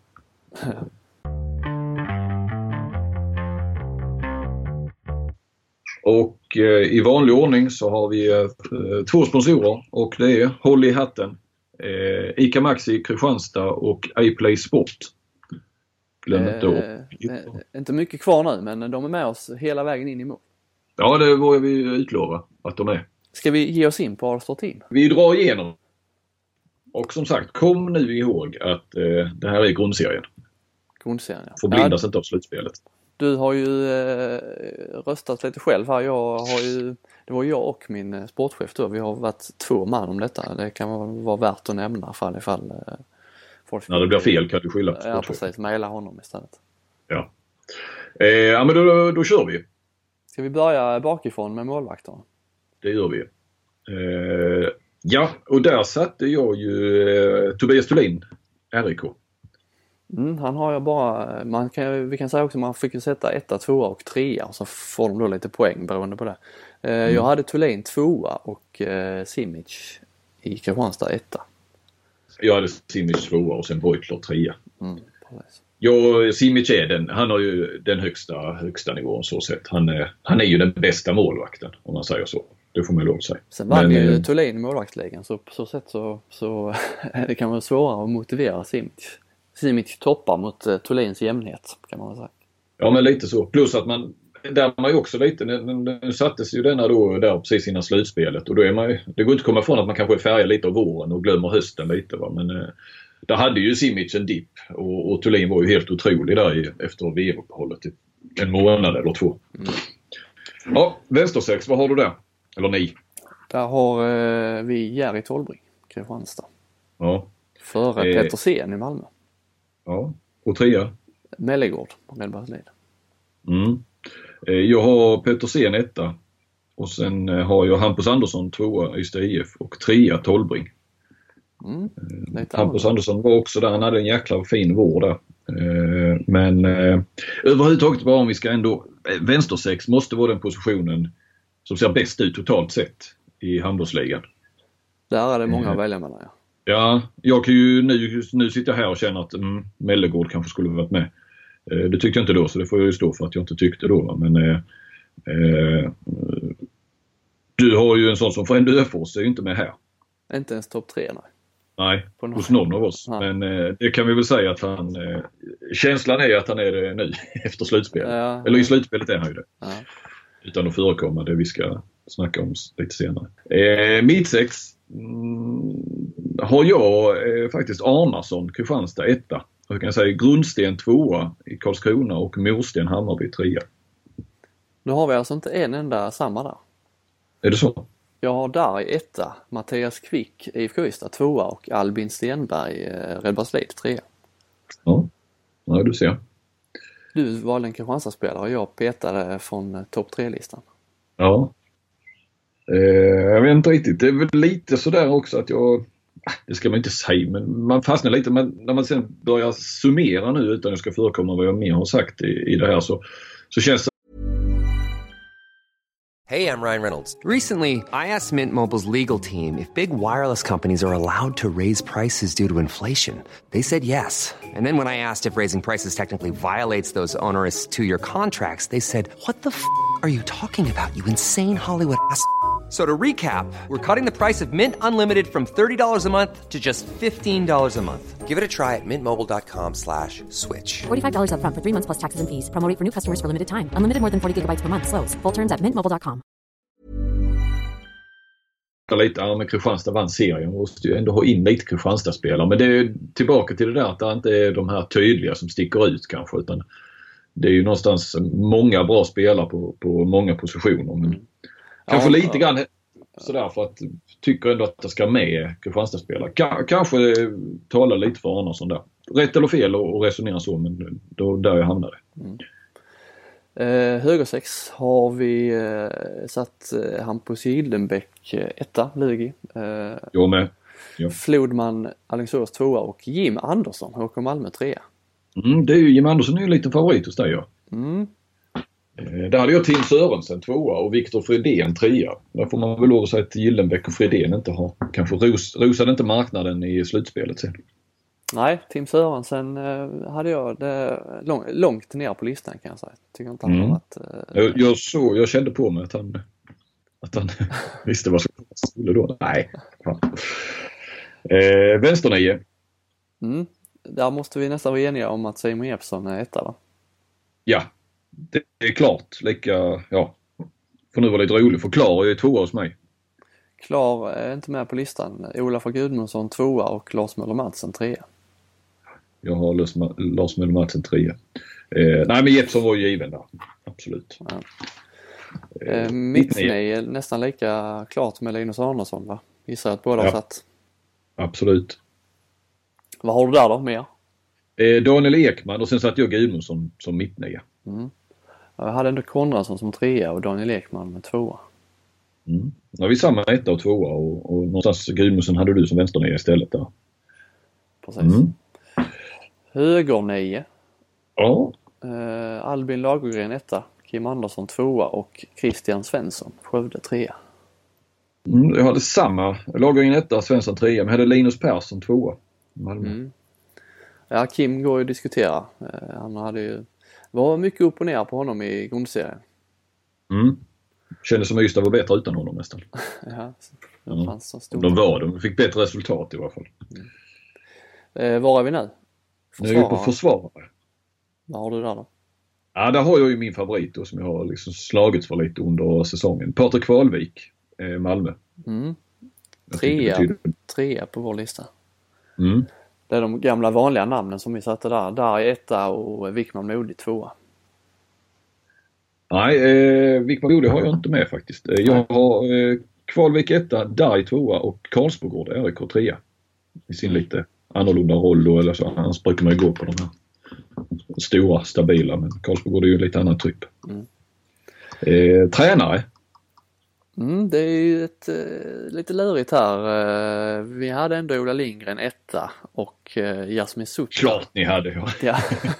Och i vanlig ordning så har vi 2 sponsorer och det är Håll i hatten, ICA Maxi Kristianstad och iPlay Sport. Glöm inte inte mycket kvar nu, men de är med oss hela vägen in i mål. Ja, det vågar vi utlova att de är. Ska vi ge oss in på Arlstad-team? Vi drar igenom. Och som sagt, kom nu ihåg att det här är grundserien. Grundserien, ja. Förblindas inte av slutspelet. Du har ju röstat lite själv här. Det var jag och min sportchef då. Vi har varit 2 man om detta. Det kan vara värt att nämna ifall folk... När det blir fel kan du skylla på sportchef. Ja, precis. Maila honom istället. Ja. Ja, men då kör vi. Ska vi börja bakifrån med målvakterna? Det gör vi. Ja, och där satte jag ju Tobias Thulin, RIK. Han har jag bara, vi kan säga också att man fick ju sätta 1, 2 och 3 och så får de då lite poäng beroende på det. Jag hade Thulin 2 och Simic i Kristianstad 1. Jag hade Simic 2 och sen Beutler 3. Precis. Ja, Simic han har ju den högsta nivån så sett. Han är ju den bästa målvakten om man säger så. Det får man lov att säga. Sen vann ju Thulin i målvaktsligan så på så sätt så det kan vara svårare att motivera Simic. Simic toppar mot Thulins jämnhet kan man säga. Ja, men lite så. Plus att där man ju också lite, nu sattes ju denna då där precis innan slutspelet och då är man ju, det går inte att komma ifrån att man kanske färgar lite av våren och glömmer hösten lite va, men där hade ju Simic en dipp och Thulin var ju helt otrolig där efter VM-uppehållet i 1 månad eller 2. Ja, vänstersex, vad har du där? Eller ni? Där har vi Jerry Tollbring, Kristianstad. Ja. Före Petersen i Malmö. Ja, och 3? Mellegård, Redbergslid. Jag har Petersen 1 och sen har jag Hampus Andersson 2 Ystad IF och 3 Tollbring. Hampus Andersson var också där, han hade en jäkla fin vår där. Men överhuvudtaget bara om vi ska ändå, vänstersex måste vara den positionen som ser bäst ut totalt sett i handbollsligan. Där är det många att välja mellan, ja. Ja, jag kan ju nu sitter jag här och känner att Mellegård kanske skulle ha varit med. Det tyckte jag inte då, så det får jag ju stå för att jag inte tyckte då. Men du har ju en sån som Frände Öfors är ju inte med här. Inte ens topp 3, nej. Nej, hos någon av oss. Nej. Men det kan vi väl säga att han... känslan är att han är det nu efter slutspelet. Ja. Eller i slutspelet är han ju det. Ja. Utan att förekomma det vi ska snacka om lite senare. Mittsex har jag faktiskt Arnason, Kristianstad 1. Jag kan säga Grundsten 2 i Karlskrona och Morsten Hammarby 3. Nu har vi alltså inte en enda samma där. Är det så? Jag har där i 1, Mattias Kvick, IFK Ystad 2 och Albin Stenberg, Redbergslid 3. Ja, du ser. Du valde en Kristianstadsspelare och jag petade från topp 3-listan. Ja. Jag vet inte riktigt. Det är väl lite sådär också att jag... Det ska man inte säga, men man fastnar lite. Men när man sen börjar summera nu utan att jag ska förekomma vad jag mer har sagt i det här så känns det... Hey, I'm Ryan Reynolds. Recently, I asked Mint Mobile's legal team if big wireless companies are allowed to raise prices due to inflation. They said yes. And then when I asked if raising prices technically violates those onerous two-year contracts, they said, "What the f*** are you talking about, you insane Hollywood ass?" So to recap, we're cutting the price of Mint Unlimited from $30 a month to just $15 a month. Give it a try at mintmobile.com/switch. $45 up front for 3 months plus taxes and fees. Promo rate for new customers for limited time. Unlimited more than 40 gigabytes per month. Slows full terms at mintmobile.com. Men Kristianstad vann serien. Man måste ju ändå ha in lite Kristianstad-spelare. Men det är tillbaka till det där att det inte är de här tydliga som sticker ut kanske. Utan det är ju någonstans många bra spelare på många positioner. Men kanske lite grann sådär för att tycker ändå att det ska med Kristianstad-spelare. Kanske tala lite för Arnason där. Rätt eller fel och resonera så, men då där jag hamnade. Högersex har vi satt Hampus Gildenbäck etta, Lugi. Jag med. Ja. Flodman Alingsås 2 och Jim Andersson, HK Malmö 3. Det är ju Jim Andersson är ju en liten favorit hos dig, ja. Där hade jag Tim Sörensen 2 och Viktor Fredén 3. Där får man väl lov att säga att Gildenbäck och Fredén inte har kanske rosade inte marknaden i slutspelet sen. Nej, Tim Sörensen hade jag det långt ner på listan kan jag säga. Tycker inte han har varit... Jag kände på mig att han visste vad som skulle då. Nej. Vänsternio. Där måste vi nästan vara eniga om att Simon Jeppsson är etta, va? Ja, det är klart. Får nu vara lite rolig. För Klar är ju 2 hos mig. Klar är inte med på listan. Olaf Gudmundsson 2 och Lars Möller-Madsen 3. Jag har Lars Möller-Madsen 3. Nej, men Jeppsson var ju given där. Absolut. Ja. Mittnio är nästan lika klart med Linus Arnason, va? Gissar att båda har satt. Absolut. Vad har du där då mer? Daniel Ekman och sen satt jag Gudmundsson som mittnio. Jag hade ändå Konradsson som 3 och Daniel Ekman med 2. Ja, vi samma 1 och 2 och någonstans Gudmundsson hade du som vänsternio istället där. Precis. Högernio. Ja. Albin Lagergren 1, Kim Andersson 2 och Christian Svensson, Skövde 3. Jag hade samma. Lagergren 1, Svensson 3, men jag hade Linus Persson 2. Ja, Kim går ju att diskutera. Han var mycket upp och ner på honom i grundserien. Kändes som att Ystad var bättre utan honom nästan. De fick bättre resultat i alla fall. Var är vi nu? Nu är vi på försvarare. Vad har du där då? Ja, där har jag ju min favorit då, som jag har liksom slagits för lite under säsongen. Patrik Kvalvik, Malmö. 3 på vår lista. Det är de gamla vanliga namnen som vi satte där. Där är 1 och Wickman Modig 2. Nej, Wickman Modig har jag inte med faktiskt. Jag har Kvalvik 1, Darj 2 och Karlsbogård, RIK 3. I sin lite annorlunda roll då, eller så. Annars brukar man ju gå på de här stora, stabila, men Karlsbogård är ju lite annan typ. Tränare. Det är ju lite lurigt här. Vi hade ändå Ola Lindgren 1 och Jasmin Sutta. Klart ni hade, ja.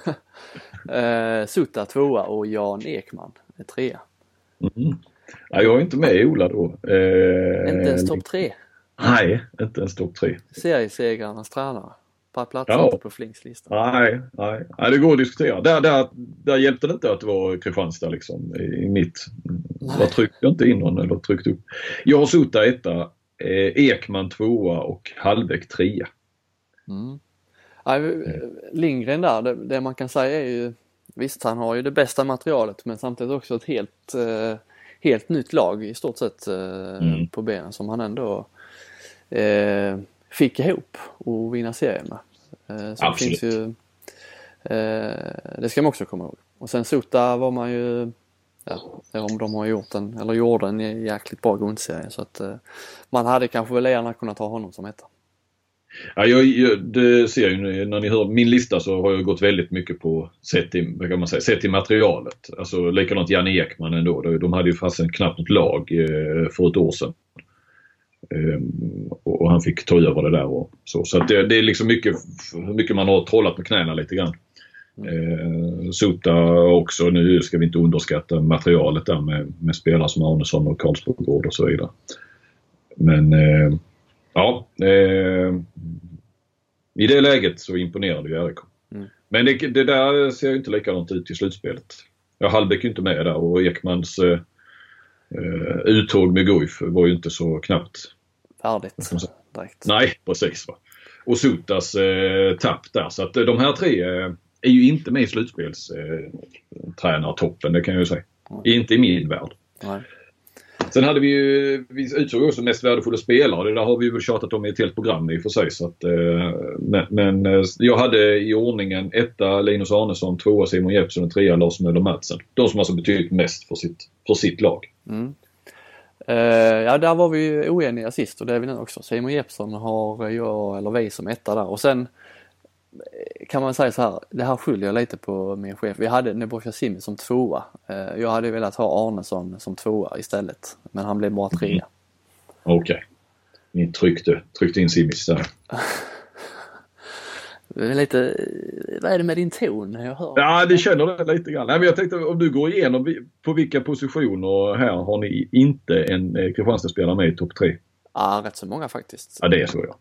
Sutta 2 och Jan Ekman 3. Ja, jag är inte med Ola då. Inte ens topp 3. Nej, inte ens topp 3. Seriesegrarnas tränare. På plats på Flinks lista. Nej, det går att diskutera. Där hjälpte det inte att det var Kristianstad liksom i mitt. Jag tryckte inte in någon eller tryckte upp. Jag har Sutta 1, Ekman 2 och Hallbäck 3. Lindgren där, det man kan säga är ju, visst han har ju det bästa materialet men samtidigt också ett helt nytt lag i stort sett på benen som han ändå fick ihop och vinna serien med. Så det finns ju, det ska man också komma ihåg. Och sen Sutta var man ju, om de har gjorde en jäkligt bra grundserie så att man hade kanske väl gärna kunnat ta honom som 1. Ja, det ser ju när ni hör min lista så har jag gått väldigt mycket på sett till materialet. Alltså likadant Janne Ekman ändå. De hade ju fast knappt något lag för ett år sedan. Och han fick ta över det där och så. Så att det är liksom mycket man har trollat med knäna lite grann. Sota också, nu ska vi inte underskatta materialet där med spelare som Arnesson och Karlsborg och så vidare. Men i det läget så imponerade ju RIK. Men det där ser ju inte likadant ut i slutspelet. Hallbäck är inte med där och Ekmans uttåg med Guif var ju inte så knappt färdigt direkt. Nej, precis. Va? Och Sotas tapp där. Så att de här tre är ju inte med i slutspelstränartoppen, det kan jag ju säga. Inte i min värld. Nej. Sen hade vi utsåg också mest värdefulla spelare. Det där har vi väl tjatat om i ett helt program i och för sig. Så att, men jag hade i ordningen 1 Linus Arnesson, 2 Simon Jeppsson och 3 Lars Möller-Madsen. De som alltså betydligt mest för sitt lag. Där var vi ju oeniga sist och det är vi nu också. Simon Jeppsson har jag eller vi som 1 där. Och sen kan man säga så här, det här skyller jag lite på min chef. Vi hade Nebojsa Simi som 2. Jag hade velat ha Arnesson som 2 istället. Men han blev bara 3. Okej. Ni tryckte in Simis där. Lite, vad är det med din ton jag hör? Ja, det känner det lite grann. Nej, men jag tänkte om du går igenom på vilka positioner här har ni inte en Kristianstad-spelare med i topp 3? Ja, rätt så många faktiskt. Ja, det är så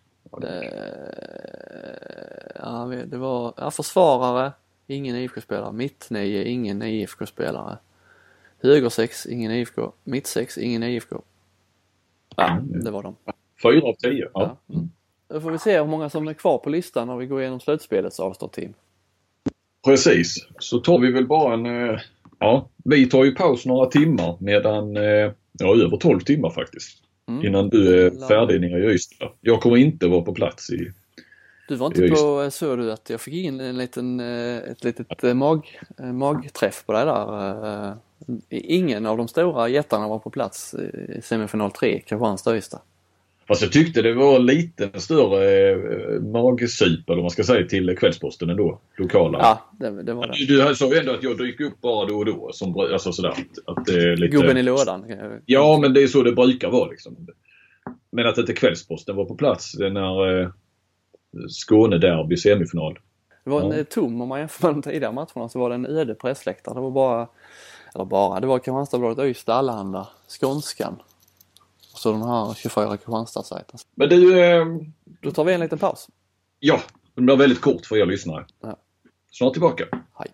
det var försvarare, ingen IFK-spelare. Mitt 9, ingen IFK-spelare. Höger 6, ingen IFK. Mitt 6, ingen IFK. Ja, det var de. 4 av 10. Ja. Då får vi se hur många som är kvar på listan när vi går igenom slutspelets avståndsteam. Precis. Så tar vi väl bara vi tar ju paus några timmar medan över 12 timmar faktiskt. Innan du är färdig nere i Ystad. Jag kommer inte vara på plats i Du var inte på, såg du att jag fick in ett litet magträff på det där. Ingen av de stora jättarna var på plats i semifinal 3, Kristianstad-Ystad. Fast jag tyckte det var lite större magsyp eller man ska säga till Kvällsposten ändå, lokala. Ja, det var det. Du sa ju ändå att jag dyker upp bara då och då som, alltså sådär att det är lite... Gubben i lådan. Ja, men det är så det brukar vara liksom. Men att inte Kvällsposten var på plats när Skåne derby semifinal. Det var en tom, om man jämför med de tidigare matcherna så var det en öde pressläktare. Det var det var Kristianstadsbladet, Ystad, Allehanda, Skånskan. Och så den här 24 Kristianstad-sajten. Men du... Då tar vi en liten paus. Ja, det blir väldigt kort för er lyssnare. Ja. Snart tillbaka. Hej.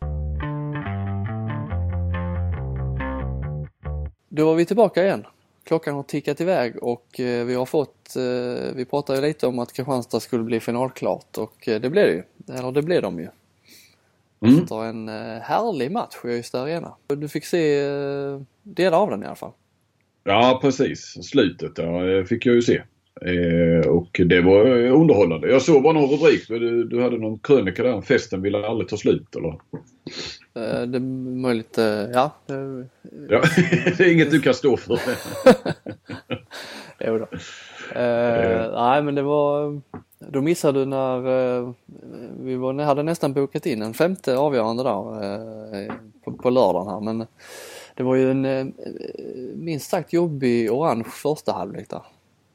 Då var vi tillbaka igen. Klockan har tickat iväg och vi har fått... Vi pratade lite om att Kristianstad skulle bli finalklart och det blev det ju. Eller det blev de ju. Efter en härlig match i Ystad Arena. Du fick se delar av den i alla fall. Ja, precis. Slutet där fick jag ju se. Och det var underhållande. Jag såg bara någon rubrik. Du hade någon krönika där. Festen ville aldrig ta slut, eller? Det är möjligt, ja. Ja, det är inget du kan stå för. Jo då. Nej, men det var... Då missade du när vi hade nästan bokat in en 5:e avgörande där på lördagen här. Men det var ju en minst sagt jobbig orange första halvlek där.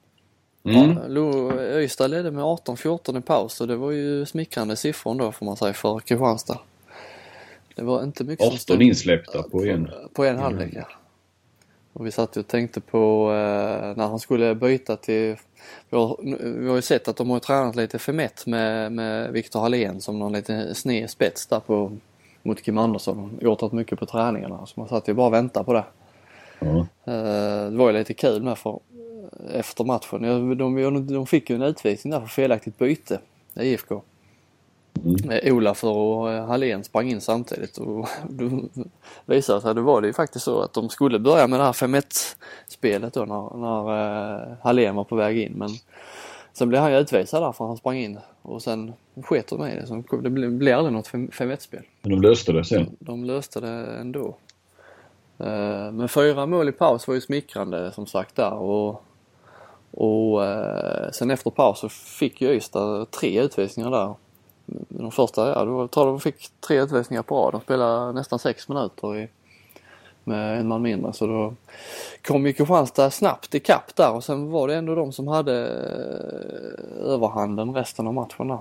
Ystad ledde med 18-14 i paus och det var ju smickrande siffror då får man säga för Kristianstad. Det var inte mycket 18 insläppta på en halvlek. Ja. Och vi satt och tänkte på när han skulle byta till... Vi har ju sett att de har tränat lite för med Victor Hallén som någon liten sned spets där mot Kim Andersson. Gjort rätt mycket på träningarna så man satt ju bara och väntade på det. Det var ju lite kul med för efter matchen. De fick ju en utvisning där för felaktigt byte i IFK. Olaf och Hallén sprang in samtidigt och då visade sig att det var det ju faktiskt så att de skulle börja med det här 5-1-spelet då när Hallén var på väg in, men sen blev han ju utvisad där för han sprang in och sen sket de med det, så det blev aldrig något 5-1-spel. Men de löste det sen? De löste det ändå. Men 4 mål i paus var ju smickrande som sagt där och sen efter paus så fick ju Ystad 3 utvisningar där. De första, då tror jag de fick 3 utvisningar på rad. De spelade nästan 6 minuter med en man mindre. Så då kom ju Kristianstad snabbt i kapp där. Och sen var det ändå de som hade överhanden resten av matchen där.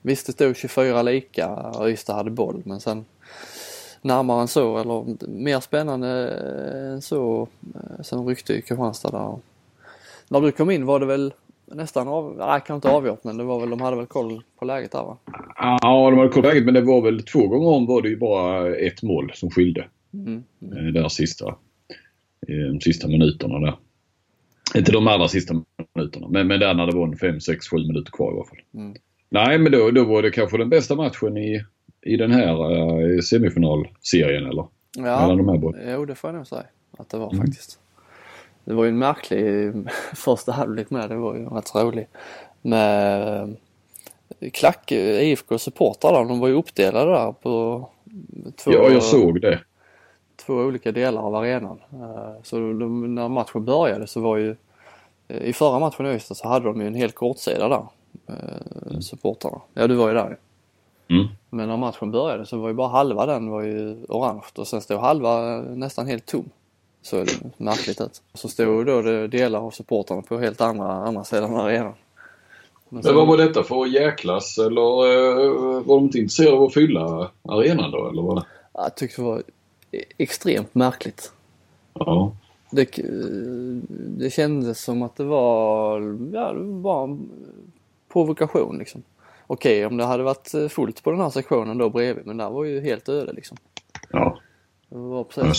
Visst, det stod 24 lika och Ystad hade boll, men sen närmare än så, eller mer spännande än så, sen ryckte ju Kristianstad där. När du kom in var det väl nästan kanske inte avgjort, men det var väl, de hade väl koll på läget där, va? Ja, de hade koll på läget, men det var väl 2 gånger om var det ju bara ett mål som skilde. Där de sista minuterna där. Inte de allra sista minuterna, men där när det var 5, 6, 7 minuter kvar i alla fall. Nej, men då var det kanske den bästa matchen i den här semifinalserien, eller? Ja, jo, det får jag nog säga att det var faktiskt. Det var ju en märklig första halvlek med, det var ju rätt roligt. Med Klack, IFK-supportrar, de var ju uppdelade där på jag såg det. 2 olika delar av arenan. Så när matchen började så var ju, i förra matchen i Ystad så hade de ju en helt kortsida där, supportrarna. Ja, du var ju där. Men när matchen började så var ju bara halva den var ju orange och sen stod halva nästan helt tom. Så är det märkligt ut. Så stod då det delar av supportrarna på helt andra sidan av arenan. Men vad var detta för jäklas, eller var de inte intresserade av att fylla arenan då, eller vad? Jag tyckte det var extremt märkligt. Ja. Det kändes som att det var en provokation liksom. Okej, om det hade varit fullt på den här sektionen då bredvid, men där var ju helt öde liksom. Ja. Det var precis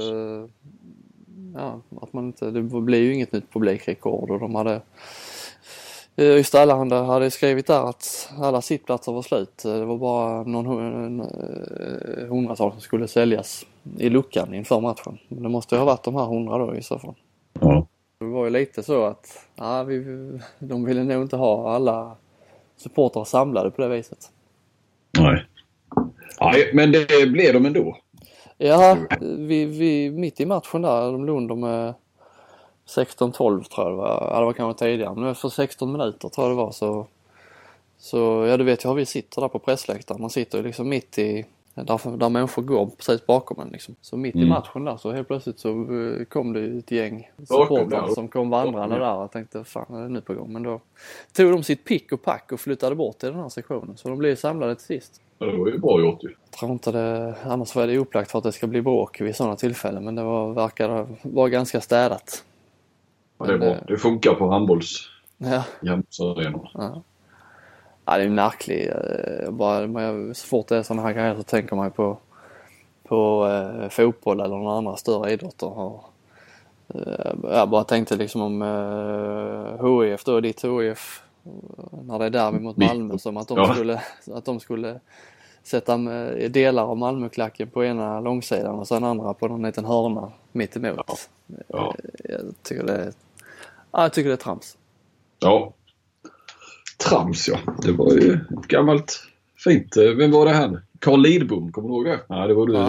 att man inte, det blev ju inget nytt publikrekord, och de hade Ystad Allehanda hade skrivit där att alla sittplatser var slut. Det var bara någon hundratal som skulle säljas i luckan inför matchen. Men det måste ju ha varit de här 100 då i så fall. Ja. Det var ju lite så att de ville nog inte ha alla supportrar samlade på det viset. Nej, men det blev de ändå. Ja, vi mitt i matchen där, de låg med 16-12 tror jag det var. Det var kanske tidigare, men efter 16 minuter tror jag det var så ja, du vet ju hur vi sitter där på pressläktaren. Man sitter ju liksom mitt i, där människor går precis bakom en liksom. Så mitt i matchen där så helt plötsligt så kom det ett gäng supportrar som kom vandrande där och tänkte, fan är det nu på gång? Men då tog de sitt pick och pack och flyttade bort till den här sektionen. Så de blev samlade till sist. Ja, det var ju bra gjort ju. Jag tror inte det, annars var det upplagt för att det ska bli bråk vid sådana tillfällen, men det verkade vara ganska städat. Ja, det är bra. Det funkar på handbolls. Ja. Jämsarenor. Ja. Ja, det är märkligt. Så fort det är sådana här grejer så tänker man på fotboll eller några andra större idrotter. Jag bara tänkte liksom om HIF då, ditt HIF, när det är där mot Malmö, som att de skulle sätta delar av Malmöklacken på ena långsidan och sen andra på någon liten hörna mitt emot. Ja. Jag tycker det är trams. Ja. Trams, ja. Det var ju ett gammalt fint. Vem var det här? Carl Lidbom, kommer du ihåg det? Nej, det var du.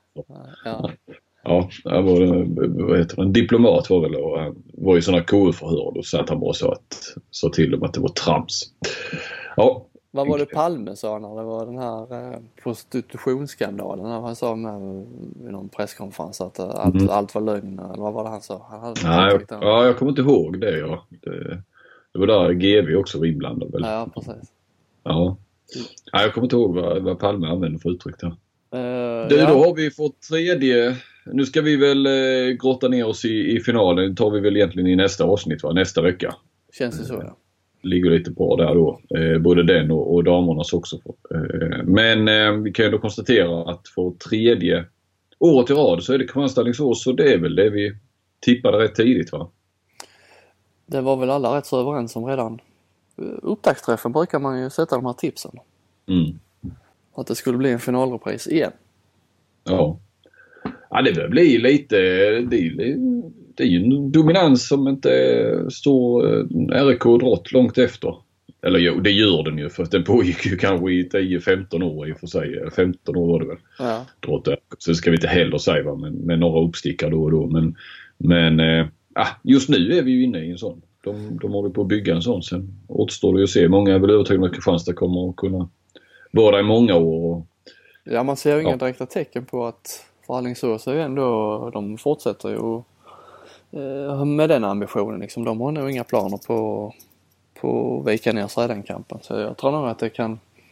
Ja, han var vad heter det? En diplomat var väl, och han var ju sådana KU-förhör, och så att han bara sa till dem att det var trams. Ja. Vad var det Palme sa när det var den här prostitutionsskandalen? När han sa med vid någon presskonferens att allt var lögn, eller vad var det han sa? Jag kommer inte ihåg det. Ja. Det var där GV också var inblandad väl? Ja, precis. Ja. Jag kommer inte ihåg vad Palme använde för uttryck där. Då har vi fått tredje. Nu ska vi väl grotta ner oss i finalen. Det tar vi väl egentligen i nästa avsnitt, va? Nästa vecka. Känns det så, ja. Ligger lite bra där då. Både den och damernas också. Men vi kan ju då konstatera att för tredje året i rad så är det Kristianstad-Alingsås, så det är väl det vi tippade rätt tidigt, va? Det var väl alla rätt så överens om redan. Upptaktsträffen brukar man ju sätta de här tipsen. Att det skulle bli en finalrepris igen. Ja, det bör bli lite. Det är ju en dominans som inte står RK drått långt efter. Eller jo, det gör den ju, för att den pågick ju kanske i 10-15 år i och för sig. 15 år var det väl. Ja. Drått där. Så ska vi inte heller säga, med några uppstickar då och då. Men just nu är vi ju inne i en sån. De håller på att bygga en sån. Sen återstår det ju att se. Många är väl övertygade att Kristianstad kommer att kunna vara i många år. Ja, man ser ju inga direkta tecken på att för Alingsås är ju ändå, de fortsätter ju med den ambitionen liksom. De har nog inga planer på att vika ner sig i den kampen. Så jag tror nog att det kan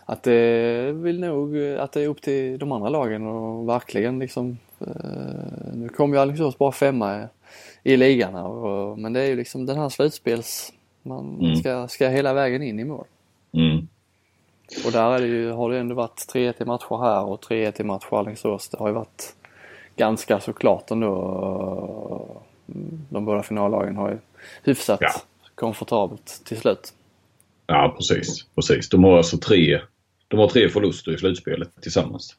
att det vill nog att det är upp till de andra lagen och verkligen liksom nu kommer ju Alingsås bara 5:a i ligan här, men det är ju liksom den här slutspels man ska hela vägen in i mål. Och där är det ju, har det ändå varit 3-1 i matcher här och 3-1 i matcher Alingsås. Det har ju varit ganska såklart ändå. De båda finallagen har ju hyfsat komfortabelt till slut. Ja, precis. De har alltså tre förluster i slutspelet tillsammans.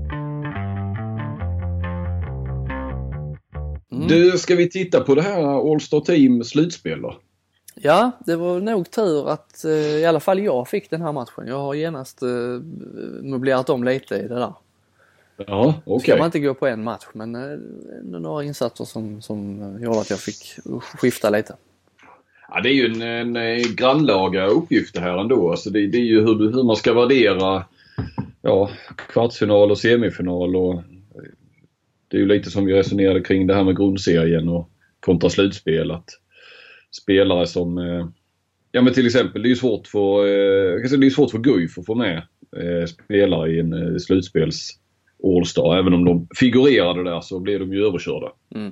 Du, ska vi titta på det här All-Star Team slutspel då? Ja, det var nog tur att i alla fall jag fick den här matchen. Jag har genast möblerat om lite i det där. Ja, okej. Ska man inte gå på en match, men några insatser som gjorde att jag fick skifta lite. Ja, det är ju en grannlaga uppgift det här ändå. Alltså det är ju hur man ska värdera kvartsfinal och semifinal. Och det är ju lite som vi resonerade kring det här med grundserien och kontra slutspel. Att spelare som... men till exempel, det är ju svårt för Guif att få med spelare i en slutspels All-Star. Även om de figurerade där så blev de ju överkörda.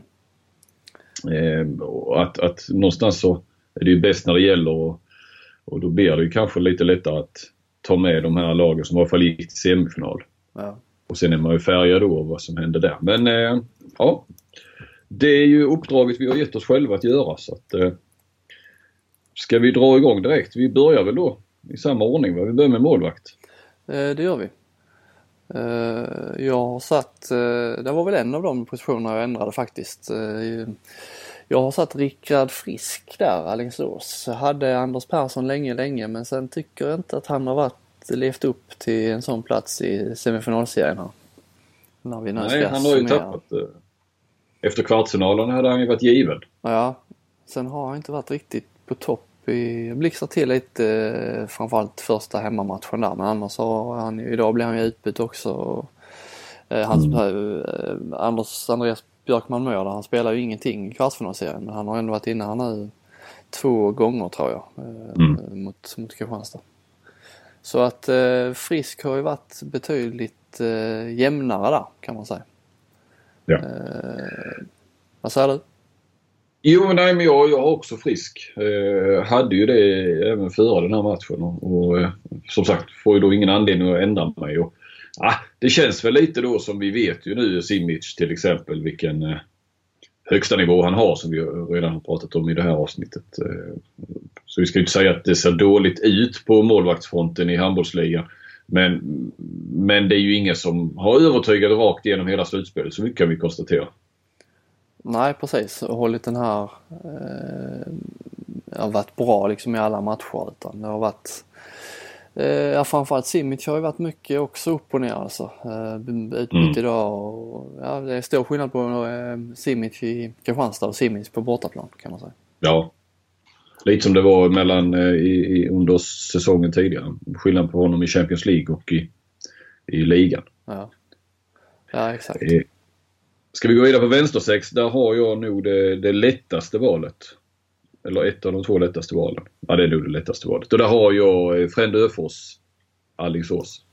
Och att någonstans så är det ju bäst när det gäller och då blir det ju kanske lite lättare att ta med de här lagen som i alla fall gick till semifinal. Ja. Och sen är man ju färgad då av vad som hände där. Men det är ju uppdraget vi har gett oss själva att göra. Så att, ska vi dra igång direkt? Vi börjar väl då i samma ordning, va? Vi börjar med målvakt. Det gör vi. Jag har satt, det var väl en av de positionerna jag ändrade faktiskt. Jag har satt Rickard Frisk där, Alingsås. Hade Anders Persson länge, men sen tycker jag inte att han har levt upp till en sån plats i semifinalserien här. När vi Nej, han har ju tappat. Efter kvartsfinalen hade han ju varit given. Ja, sen har han inte varit riktigt på topp. Jag blixtrar till lite framförallt första hemmamatchen där, men annars har idag blir han ju utbytt också. Andreas Björkman Mör, han spelar ju ingenting i kvartsfinalserien, men han har ändå varit inne här nu 2 gånger tror jag mot Kristianstad. Så att Frisk har ju varit betydligt jämnare där kan man säga. Ja. Vad säger du? Jo, nej, men jag har också Frisk. Hade ju det även före den här matchen. Och som sagt, får ju då ingen anledning att ändra mig. Och, det känns väl lite då som vi vet ju nu, Simic till exempel, vilken högsta nivå han har som vi redan har pratat om i det här avsnittet. Så vi ska ju inte säga att det ser dåligt ut på målvaktsfronten i handbollsligan. Men det är ju ingen som har övertygat rakt genom hela slutspelet, så mycket kan vi konstatera. Nej, precis. Och hållit den här har varit bra liksom i alla matcher, utan det har varit framförallt Simic har ju varit mycket också upp och ner alltså. Utbytt idag och det är stor skillnad på Simic i Kristianstad och Simic på bortaplan kan man säga. Ja. Lite som det var mellan under säsongen tidigare. Skillnad på honom i Champions League och i ligan. Ja, exakt. Ska vi gå vidare på vänstersex? Där har jag nog det lättaste valet. Eller ett av de 2 lättaste valen. Ja, det är nog det lättaste valet. Och där har jag Frend Öfors, Alingsås.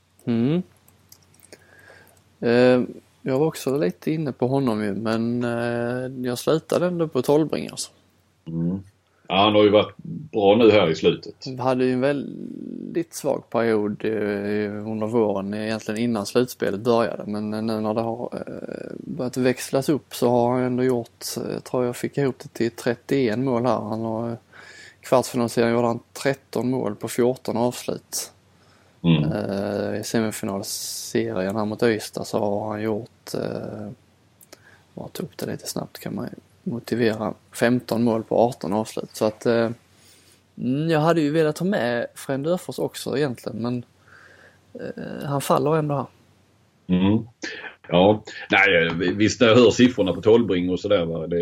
Jag var också lite inne på honom ju, men jag slutade ändå på Tollbring alltså. Ja, han har ju varit bra nu här i slutet. Vi hade ju en väldigt svag period under våren egentligen innan slutspelet började. Men nu när det har börjat växlas upp så har han ändå gjort, tror jag fick ihop det till 31 mål här. Han har kvartsfinalserien gjorde han 13 mål på 14 avslut. I semifinalserien här mot Ystad så har han gjort, jag tog upp det lite snabbt kan man motivera 15 mål på 18 avslut. Så att jag hade ju velat ta med Frend Öfors också egentligen, men han faller ändå här. Ja, nej, visst jag hör siffrorna på Tollbring och sådär va.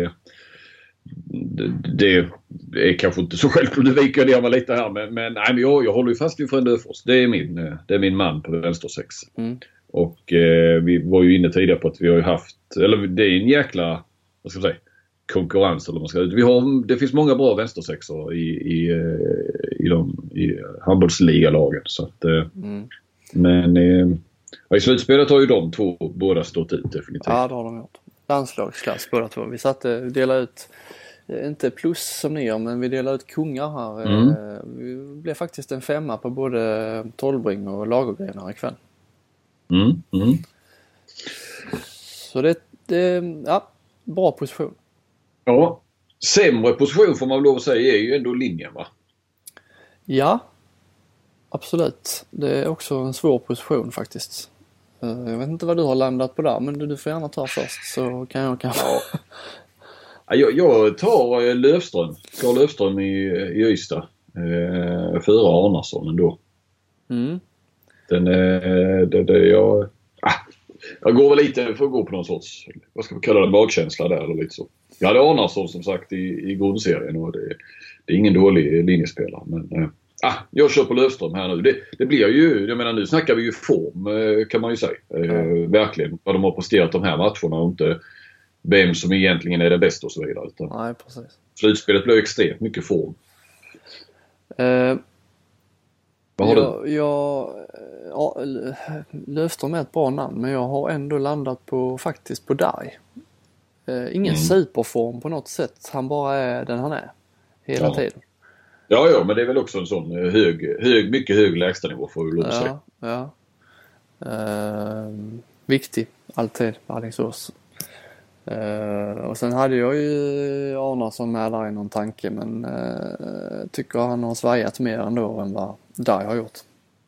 Det är kanske inte så självklart, det viker ner mig lite här, men nej, men jag håller ju fast vid Frend Öfors. Det är min man på vänstersex. Och vi var ju inne tidigare på att vi har ju haft, eller det är en jäkla, vad ska jag säga, konkurrens eller vad man ska säga. Det finns många bra vänstersexor i handbollsligalagen. Så att, men i slutspelet har ju de två båda stått ut definitivt. Ja, det har de gjort. Landslagsklass båda två. Vi delade ut, inte plus som ni gör, men vi delade ut kungar här. Vi blev faktiskt en 5 på både Tollbring och Lagergren här ikväll. Så det ja, bra position. Ja, sämre position får man lov att säga är ju ändå linjen, va? Ja, absolut. Det är också en svår position faktiskt. Jag vet inte vad du har landat på där, men du får gärna ta först så kan jag kanske... Jag tar Löfström. Carl Löfström i Ystad. Före Arnarsson ändå. Jag går väl lite för att gå på någon sorts, vad ska vi kalla det, magkänsla där eller lite så. Jag hade Arnarsson som sagt i grundserien och det är ingen dålig linjespelare, men jag kör på Löfström här nu. Det blir ju, jag menar nu snackar vi ju form kan man ju säga. Verkligen vad de har presterat de här matcherna och inte vem som egentligen är det bästa och så vidare. Nej, precis. Slutspelet blev extremt mycket form. Vad har du? Löfström är ett bra namn, men jag har ändå landat faktiskt på Darj. Ingen superform på något sätt. Han bara är den han är hela tiden. Ja, men det är väl också en sån mycket hög lägstanivå får vi lov att säga. Ja. Viktig, alltid på Alingsås. Och sen hade jag ju Arnarsson med där i någon tanke, men tycker han har svajat mer ändå än vad Darj har gjort.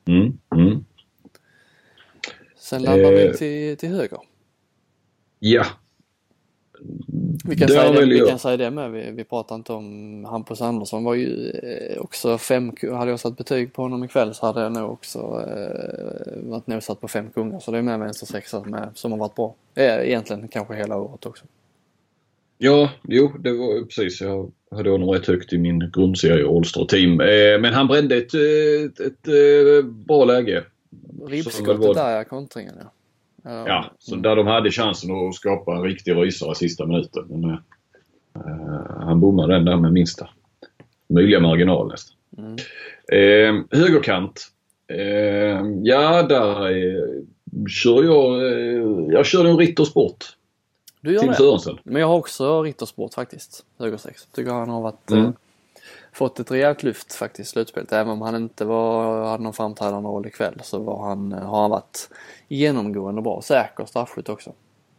Sen landar vi till höger. Ja. Vi kan säga det med. Vi pratar inte om Hampus Andersson. Var ju också 5, hade jag satt betyg på honom ikväll så hade jag nog också varit nosat på 5 kungar. Så det är med vänstersexa som har varit bra. Egentligen kanske hela året också. Ja, jo, det var precis. Jag hade honom rätt högt i min grundserie All-Star Team. Men han brände ett bra läge. Ribbskottet där, kontringen, ja. Ja, så där de hade chansen att skapa en riktig rysare sista minuten. Men han bommade den där med minsta möjliga marginal nästan. Högerkant. Där kör jag kör en Rittersport. Du gör Tim det? Sörensen. Men jag har också Rittersport faktiskt. Högersex. Tycker han har varit... fått ett rejält lyft faktiskt i slutspelet. Även om han inte hade någon framträdande roll ikväll så har han varit genomgående bra. Säker straffskytt också.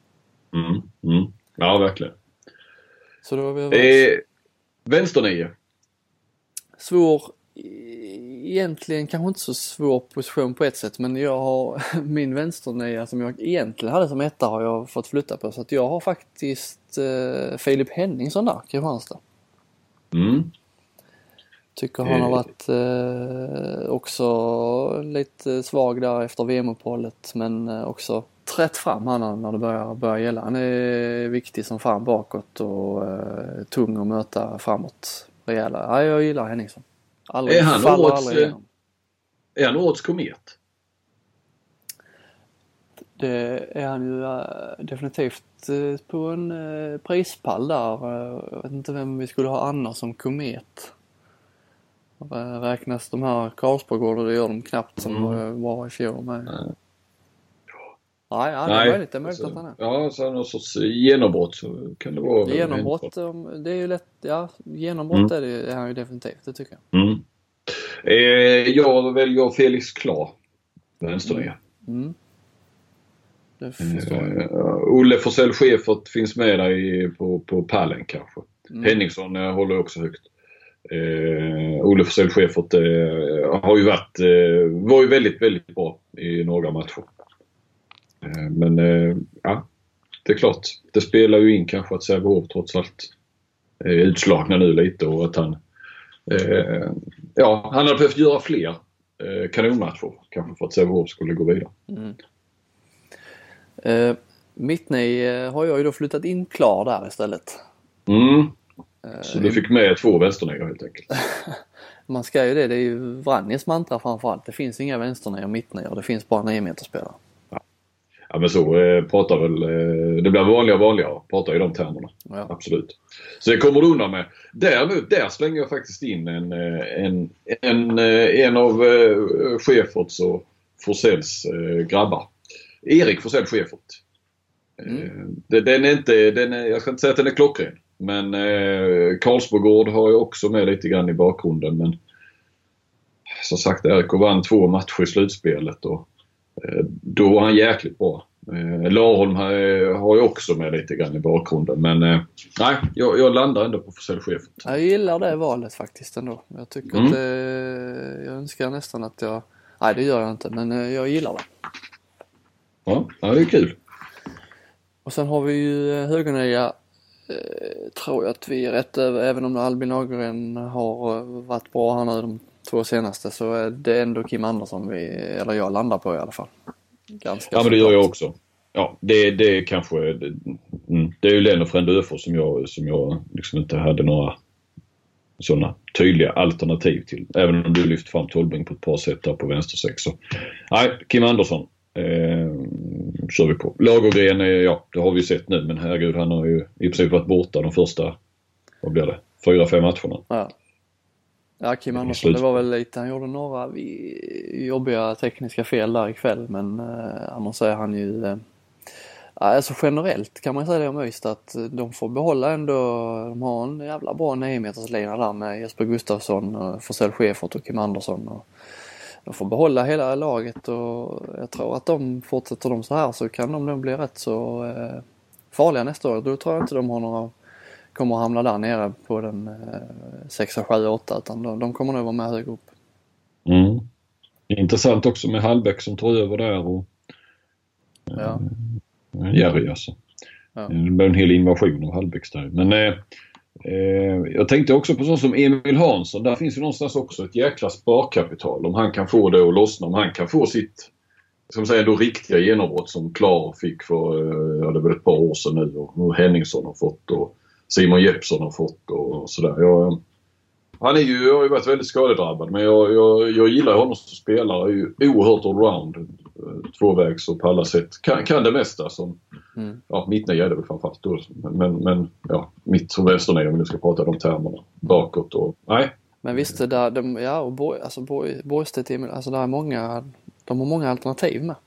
Ja, verkligen. Så då är vi vänsternio. Svår, egentligen kanske inte så svår position på ett sätt, men jag har min vänsternia som jag egentligen hade som etta har jag fått flytta på. Så att jag har faktiskt Filip Henningsson där, Kristianstad. Tycker han har varit också lite svag där efter VM-uppehållet, men också trätt fram han när det börjar gälla. Han är viktig som fan bakåt och tung att möta framåt rejäla. Ja, jag gillar Henningsson. Är han årets komet? Det är han ju definitivt på en prispall där. Jag vet inte vem vi skulle ha annars som komet. Räknas de här Karlsborgård, det gör de knappt som var i fjol med. Nej, det är möjligt att han är. Ja, så någon sorts genombrott så kan det vara. Genombrott, det är ju lätt, genombrott är han ju definitivt, det tycker jag. Jag väljer Felix Klar, vänsternia. Det förstår jag. Olle Forsell Schäfert finns med där på pallen kanske. Henningsson håller också högt. Olle Forsell Schäfert var ju väldigt, väldigt bra i några matcher. Men det är klart, det spelar ju in kanske att Sävehof trots allt är utslagna nu lite och att han hade behövt göra fler kanonmatcher kanske för att Sävehof skulle gå vidare. Mittnej har jag ju då flyttat in Klar där istället. Så du fick med 2 vänsternior helt enkelt. Man ska ju det är ju Vranjes mantra framförallt. Det finns inga vänsternior och mittnior, det finns bara 9-meterspelare. Ja, men så pratar väl, det blir vanligare pratar i de termerna. Ja. Absolut. Så det kommer du undan med. Där slänger jag faktiskt in en av Schäferts och Forsells grabbar. Erik Forsell Schäfert. Jag ska inte säga att den är klockren. Men Karlsbogård har ju också med lite grann i bakgrunden. Men som sagt, Erik vann 2 matcher i slutspelet och då var han jäkligt bra. Larholm har ju också med lite grann i bakgrunden. Men nej, jag landar ändå på Forsell Schäfert. Jag gillar det valet faktiskt ändå. Jag tycker att jag önskar nästan att jag... Nej, det gör jag inte, men jag gillar det. Ja, det är kul. Och sen har vi ju högernia. Tror jag att vi är rätt över, även om Albin Lagergren har varit bra här nu de 2 senaste, så är det ändå Kim Andersson eller jag landar på i alla fall. Ganska ja, men det gör jag också. Ja, det är kanske det är ju Lennart Frändöfors som jag liksom inte hade några sådana tydliga alternativ till. Även om du lyft fram Tolbring på ett par sätt där på vänster 6. Så nej, Kim Andersson kör vi på. Lagergren, ja, det har vi sett nu, men herregud, han har ju i princip varit borta de första, vad blir det, 4-5 matcherna. Ja, Kim Andersson, det var väl lite, han gjorde några jobbiga tekniska fel där ikväll, men annars är han ju alltså generellt kan man säga det om Ystad att de får behålla ändå, de har en jävla bra 9-meterslina där med Jesper Gustafsson, Forsell Schäfert och Kim Andersson, och de får behålla hela laget, och jag tror att de fortsätter de så här så kan de nog bli rätt så farliga nästa år. Då tror jag inte de har några, kommer att hamna där nere på den 6, 7, 8, utan de kommer nog vara med högre upp. Intressant också med Hallbäck som tar över där och Jerry alltså. Ja. Det blir en hel invasion av Hallbäcks där. Men jag tänkte också på sånt som Emil Hansson. Där finns ju någonstans också ett jäkla sparkapital. Om han kan få det att lossna. Om han kan få sitt, som säger då, riktiga genombrott som Klar fick för det var ett par år sedan nu. Och Henningsson har fått och Simon Jeppsson har fått och sådär. Han har ju varit väldigt skadedrabbad, men jag gillar honom som spelare. Är ju oerhört allround. Tvåvägs och på alla sätt. Kan det mesta som mitt ner är det väl framförallt då. Men ja, mitt som vänster ner om vi nu ska prata de termerna. Bakåt och nej. Men visst det där, och Borgstedt, alltså det är många, de har många alternativ med.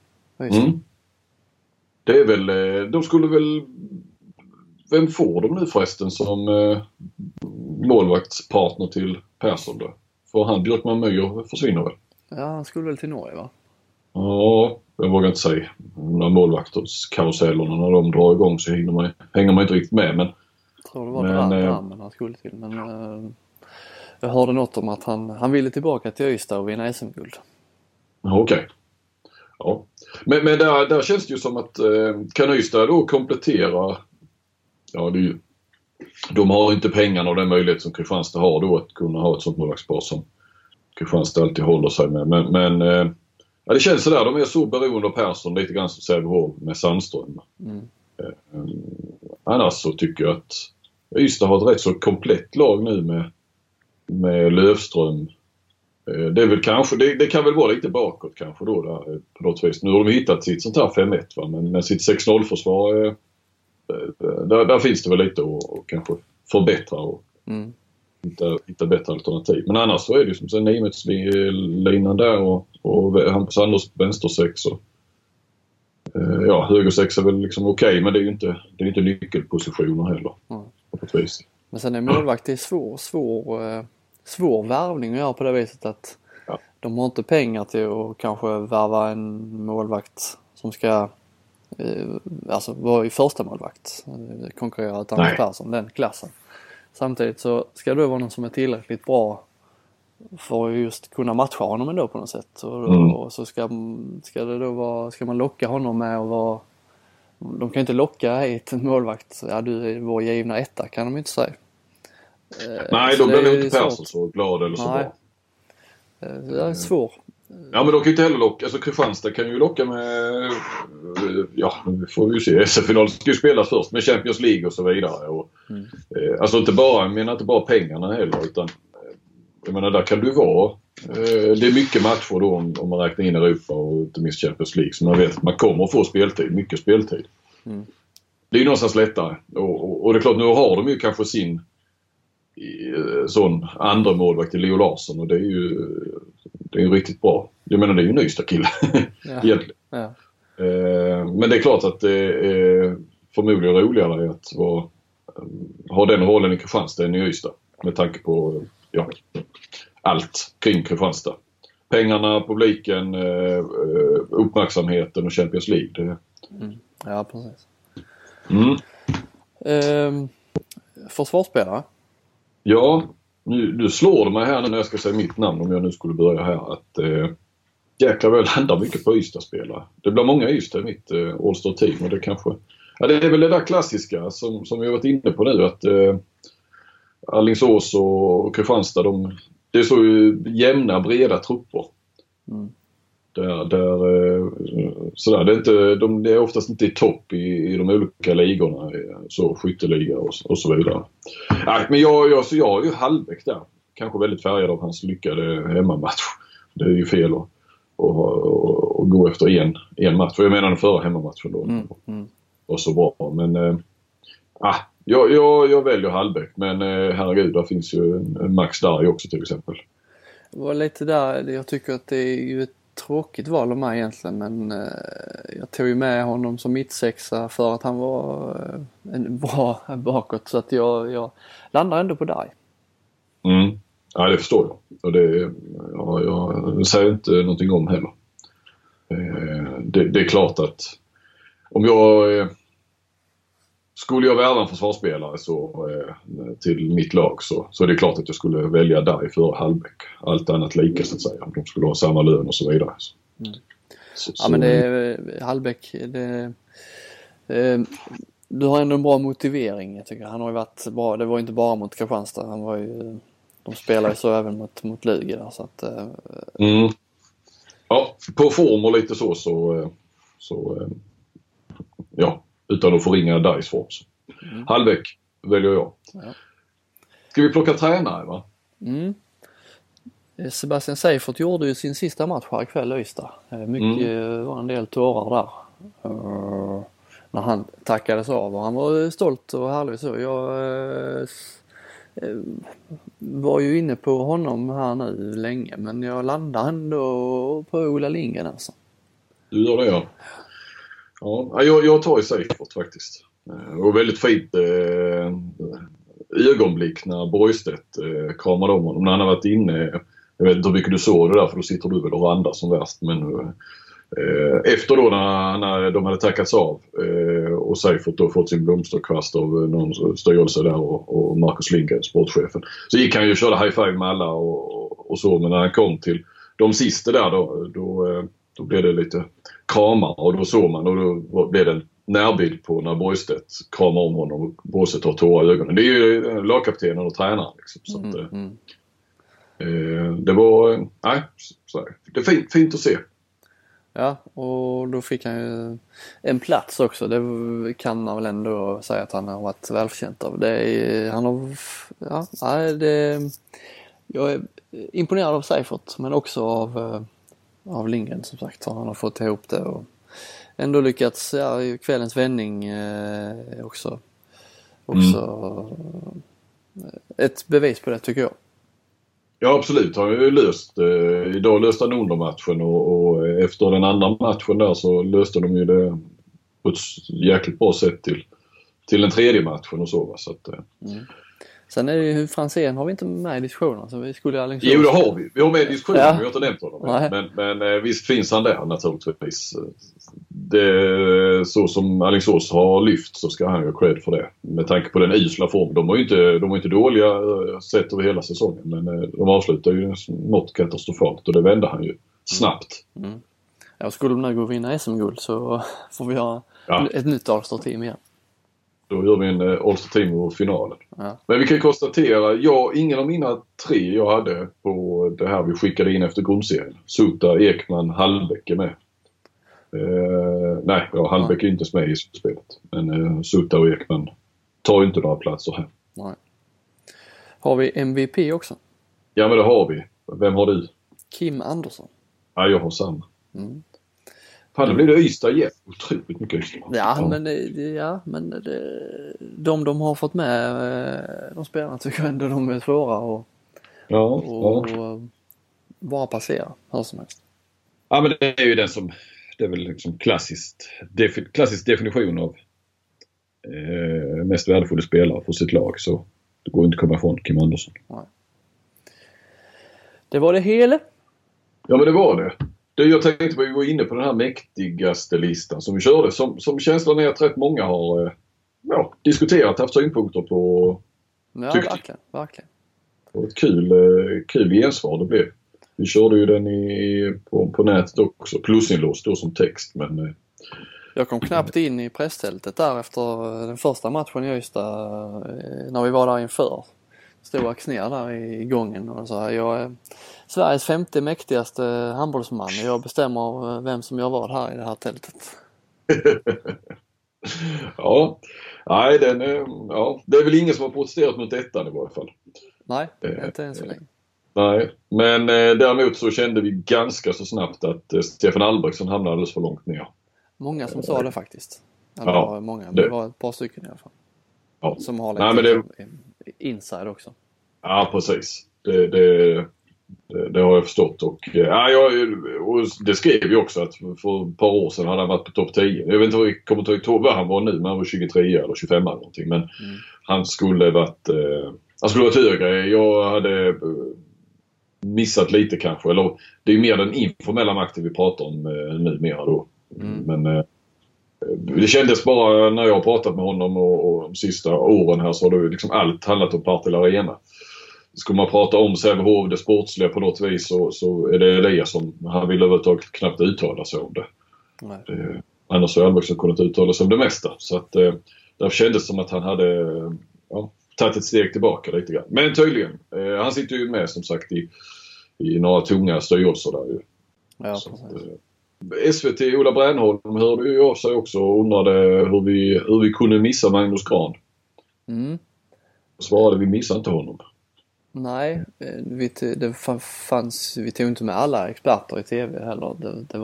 Det är väl, de skulle väl, vem får de nu förresten som målvaktspartner till Persson då? För han Björkman Möjer försvinner väl? Ja, han skulle väl till Norge, va? Ja, jag vågar inte säga. När målvaktskarusellerna när de drar igång så hänger man inte riktigt med. Men, jag tror det var Drammen han skulle till. Men jag hörde något om att han ville tillbaka till Ystad och vinna SM-guld. Okej. Ja. Men där känns det ju som att kan Ystad då komplettera. Ja, det är ju, de har inte pengarna och den möjlighet som Kristianstad har då att kunna ha ett sånt målvaktspar som Kristianstad alltid håller sig med. Men ja, det känns sådär. De är så beroende av Persson, lite grann som Sävehof med Sandström. Annars så tycker jag att Ystad har ett rätt så komplett lag nu med Lövström. Det är väl kanske, det kan väl vara lite bakåt kanske då där, på något vis. Nu har de hittat sitt sånt här 5-1, va? Men med sitt 6-0-försvar där finns det väl lite att kanske förbättra och hitta bättre alternativ. Men annars så är det ju som sen Nimitz-linan där och Hampus Anders vänster 6 och höger 6 är väl liksom okej, men det är ju inte nyckelpositioner heller på ett vis. Men sen är målvakt, det är svår värvning att göra på det viset att de har inte pengar till att kanske värva en målvakt som ska alltså vara i första målvakt, konkurrera ett annat Persson, den klassen. Samtidigt så ska det vara någon som är tillräckligt bra för att just kunna matcha honom ändå på något sätt. Och så ska det då vara, ska man locka honom med att vara, de kan inte locka hit en målvakt, du är vår givna etta, kan de inte säga. Nej, då blir inte Persson så glad eller så bra. Det är svårt. Ja, men de kan inte heller locka. Alltså Kristianstad kan ju locka med, nu får vi ju se. SM-finalen ska ju spelas först med Champions League och så vidare. Och, alltså jag menar inte bara pengarna heller, utan jag menar där kan du vara Det är mycket matcher då om man räknar in Europa och inte minst Champions League. Så man vet att man kommer att få speltid, mycket speltid. Det är ju någonstans lättare. Och det är klart, nu har de ju kanske sin sån andra målvakt, Leo Larsson, och det är ju riktigt bra. Jag menar, det är ju en Ystad-kille egentligen. Ja. Men det är klart att det är förmodligen roligare att ha den rollen i Kristianstad än i Ystad. Med tanke på allt kring Kristianstad. Pengarna, publiken, uppmärksamheten och Champions League. Ja, precis. Försvarsspelare? Ja, nu slår det mig här när jag ska säga mitt namn, om jag nu skulle börja här, att jäklar väl handlar mycket på Ystad-spelare. Det blir många Ystad i mitt All-Star-team, och det kanske... Ja, det är väl det där klassiska som vi har varit inne på nu, att Alingsås och Kristianstad, det är så jämna, breda trupper. Sådär, det är oftast inte i topp i de olika ligorna, så skytteliga och så vidare. Nej, men jag är ju Hallbäck där. Kanske väldigt färgad av hans lyckade hemmamatch. Det är ju fel att gå efter en match. För jag menar den förra hemmamatchen då. Och så bra. Men jag väljer Hallbäck. Men herregud, där finns ju en Max Darj också till exempel. Det var lite där, jag tycker att det är ju ett tråkigt val av mig egentligen, men jag tog ju med honom som mittsexa för att han var en bra bakåt, så att jag landar ändå på dig. Ja, det förstår jag. Och jag säger inte någonting om heller. Det är klart att om skulle jag värva en försvarsspelare till mitt lag så är det klart att jag skulle välja Darj före Hallbäck. Allt annat lika, så att säga. Om de skulle ha samma lön och så vidare. Men det är Hallbäck. Du har ändå en bra motivering. Jag tycker han har ju varit bra. Det var inte bara mot Kristianstad. De spelar ju så även mot Lugi där, så att... Ja, på form och lite så ja, utan att förringa Darjs form. Hallbäck väljer jag. Ja. Ska vi plocka tränare, va? Sebastian Seifert gjorde ju sin sista match här ikväll i Ystad. Mycket var en del tårar där. När han tackades av, och han var stolt och härlig så. Jag var ju inne på honom här nu länge, men jag landar ändå på Ola Lindgren alltså. Du gör det, ja. Ja, jag tar i Seifert faktiskt. Och väldigt fint ögonblick när Borgstedt kramade om honom när han har varit inne. Jag vet inte hur mycket du såg det där, för då sitter du väl och randar som värst. Men efter då när de hade tackats av och Seifert då fått sin blomsterkvast av någon styrelse där och Marcus Lindgren, sportchefen, så gick han ju och körde high five med alla och så. Men när han kom till de sista där då blev det lite kramar, och då såg man, och då blev det en närbild på när Borgstedt kramar om honom och Borgstedt har tårar i ögonen. Det är ju lagkaptenen och tränaren liksom. Så att, det var det är fint att se. Ja, och då fick han ju en plats också. Det kan man väl ändå säga att han har varit välförtjänt av. Jag är imponerad av Seifert, men också av Lindgren som sagt. Han har fått ihop det och ändå lyckats, kvällens vändning också ett bevis på det, tycker jag. Ja, absolut. Han har ju löst. Idag löste han under matchen och efter den andra matchen där så löste de ju det på ett jäkligt bra sätt till den tredje matchen och så. Så att, Sen är det ju Franzén har vi inte med i diskussionen, så vi skulle Alingsås... Jo, det har vi. Vi har med i diskussionen, vi har inte nämnt honom. Men visst finns han där naturligtvis. Det, så som Alingsås har lyft, så ska han ju ha cred för det. Med tanke på den usla form. De var inte dåliga sett över hela säsongen, men de avslutar ju något katastrofalt, och det vände han ju snabbt. Ja, skulle de nu gå och vinna SM-guld så får vi ha ett nytt All-Star-team igen. Då gör vi en All-Star-team och finalen. Ja. Men vi kan konstatera, ingen av mina 3 jag hade på det här vi skickade in efter grundserien. Suta, Ekman, Hallbäck är med. Hallbäck är inte med i spelet. Men Suta och Ekman tar ju inte några platser här. Nej. Har vi MVP också? Ja, men det har vi. Vem har du? Kim Andersson. Ja, jag har samma. Fan, det blir det Ystad igen. Otroligt mycket Ystad. Ja, men de har fått med de spelarna tycker jag ändå de är svåra och bara passera hur som helst. Ja, men det är ju den som, det är väl liksom klassisk definition av mest värdefulla spelare för sitt lag, så det går inte att komma ifrån Kim Andersson. Nej. Det var det hela. Ja, men det var det. Jag tänkte på att vi var inne på den här mäktigaste listan som vi körde. Som känslan är att rätt många har diskuterat, haft synpunkter på. Ja, verkligen. Det var ett kul gensvar det blev. Vi körde ju den på nätet också. Plusinlåst då som text. Men jag kom knappt in i presstältet där efter den första matchen i Ystad när vi var där inför. Stod och ner där i gången och sa jag är Sveriges 50 mäktigaste handbollsman. Jag bestämmer vem som gör vad här i det här tältet. Ja, nej, det är väl ingen som har protesterat mot detta i varje fall. Nej, inte än så länge. Nej, men däremot så kände vi ganska så snabbt att Stefan Albrektsson hamnade alldeles för långt ner. Många som sa det faktiskt. Det var ett par stycken i alla fall. Ja. Som har lite inside också. Ja, precis. Det har jag förstått. Och det skrev ju också att för ett par år sedan hade han varit på topp 10. Jag vet inte vad han var nu, men han var 23 eller 25 eller någonting. Men han skulle varit högre. Jag hade missat lite kanske. Eller det är mer den informella makten vi pratar om numera då. Men det kändes bara när jag har pratat med honom och de sista åren här så har det liksom allt handlat om Partille Arena. Ska man prata om Sävehof, det sportsliga på något vis så är det som han vill överhuvudtaget knappt uttala sig om det. Annars har Albrektsson kunnat uttala sig om det mesta. Så att det kändes som att han hade tagit ett steg tillbaka lite grann. Men tydligen, han sitter ju med som sagt i några tunga styrelser där ju. Ja, så SVT, Ola Brännholm hörde ju av sig också och undrade hur vi kunde missa Magnus Gran. Svarade vi missade inte honom. Nej, vi tog inte med alla experter i tv heller.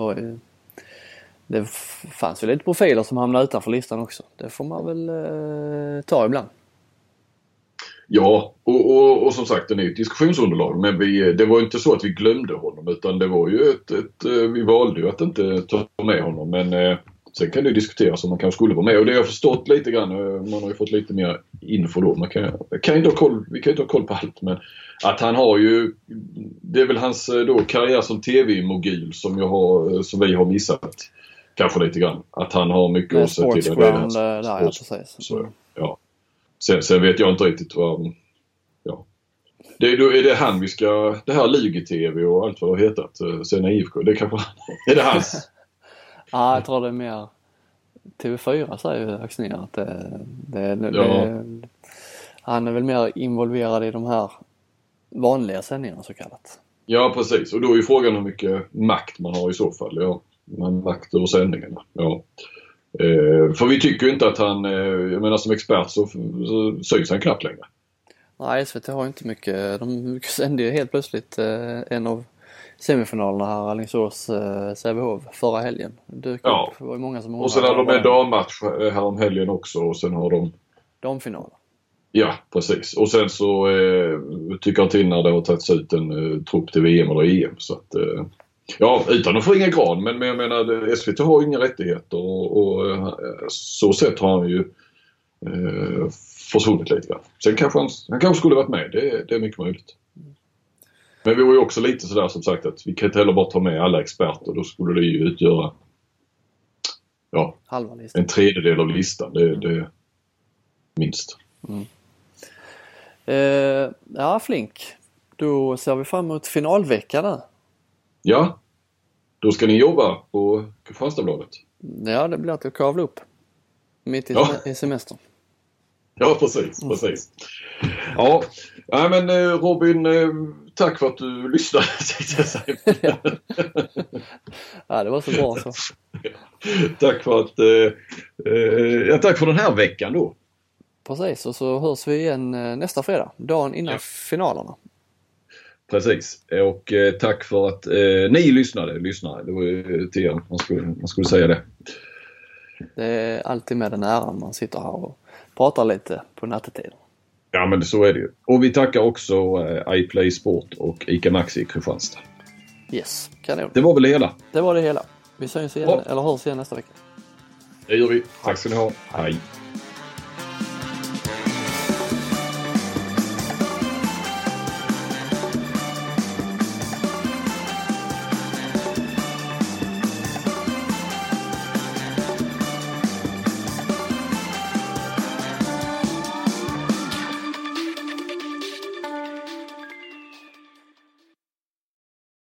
Det fanns väl lite profiler som hamnade utanför listan också. Det får man väl ta ibland. Ja, och som sagt, det är ett diskussionsunderlag. Men det var inte så att vi glömde honom, utan det var ju vi valde ju att inte ta med honom. Men sen kan det diskuteras om man kanske skulle vara med. Och det har jag förstått lite grann. Man har ju fått lite mer info då. Vi kan inte ha koll på allt. Men att han har ju, det är väl hans då karriär som tv-mogul som vi har missat. Kanske lite grann. Att han har mycket att säga till. Sen vet jag inte riktigt vad. Då är det han vi ska, det här Lugi-tv och allt vad det har hetat sen IFK. Det kanske är det hans. Ja, jag tror det är mer TV4 säger ju Axnér att han är väl mer involverad i de här vanliga sändningarna så kallat. Ja, precis. Och då är ju frågan hur mycket makt man har i så fall. Ja, man makt över sändningarna. Ja. För vi tycker ju inte att han, jag menar som expert så syns han knappt längre. Nej, SVT har inte mycket. De sände ju helt plötsligt en av semifinalerna här, Alingsås Sävehof förra helgen. Det var ju många som och sen har de en dammatch här om helgen också och sen har de damfinaler. Ja, precis. Och sen så tycker jag till när det har tagits ut en trupp till VM eller EM så att utan att få inga Gran, men jag menar SVT har inga rättigheter och så sett har han ju försvunnit lite grann. Sen kanske han kanske skulle varit med, det är mycket möjligt. Men vi var ju också lite sådär som sagt att vi kan inte heller bara ta med alla experter, då skulle det ju utgöra halva listan. En tredjedel av listan, det minst. Flink. Då ser vi fram emot finalveckan där. Ja, då ska ni jobba på Kristianstadsbladet. Ja, det blir att kavla upp mitt i semestern. Ja, precis. Ja, men Robin, tack för att du lyssnade. Ja, det var så bra så. Tack för att tack för den här veckan då. Precis, och så hörs vi igen nästa fredag, dagen innan finalerna. Precis. Och tack för att ni lyssnade. Det var ju till er man skulle säga det. Det är alltid med den äran man sitter här och pratar lite på nattetid. Ja, men så är det ju. Och vi tackar också iPlay Sport och ICA Maxi i Kristianstad. Yes, kanon. Det var väl det hela. Det var det hela. Vi syns igen, eller hörs igen nästa vecka. Det gör vi. Tack ska ni ha. Hej.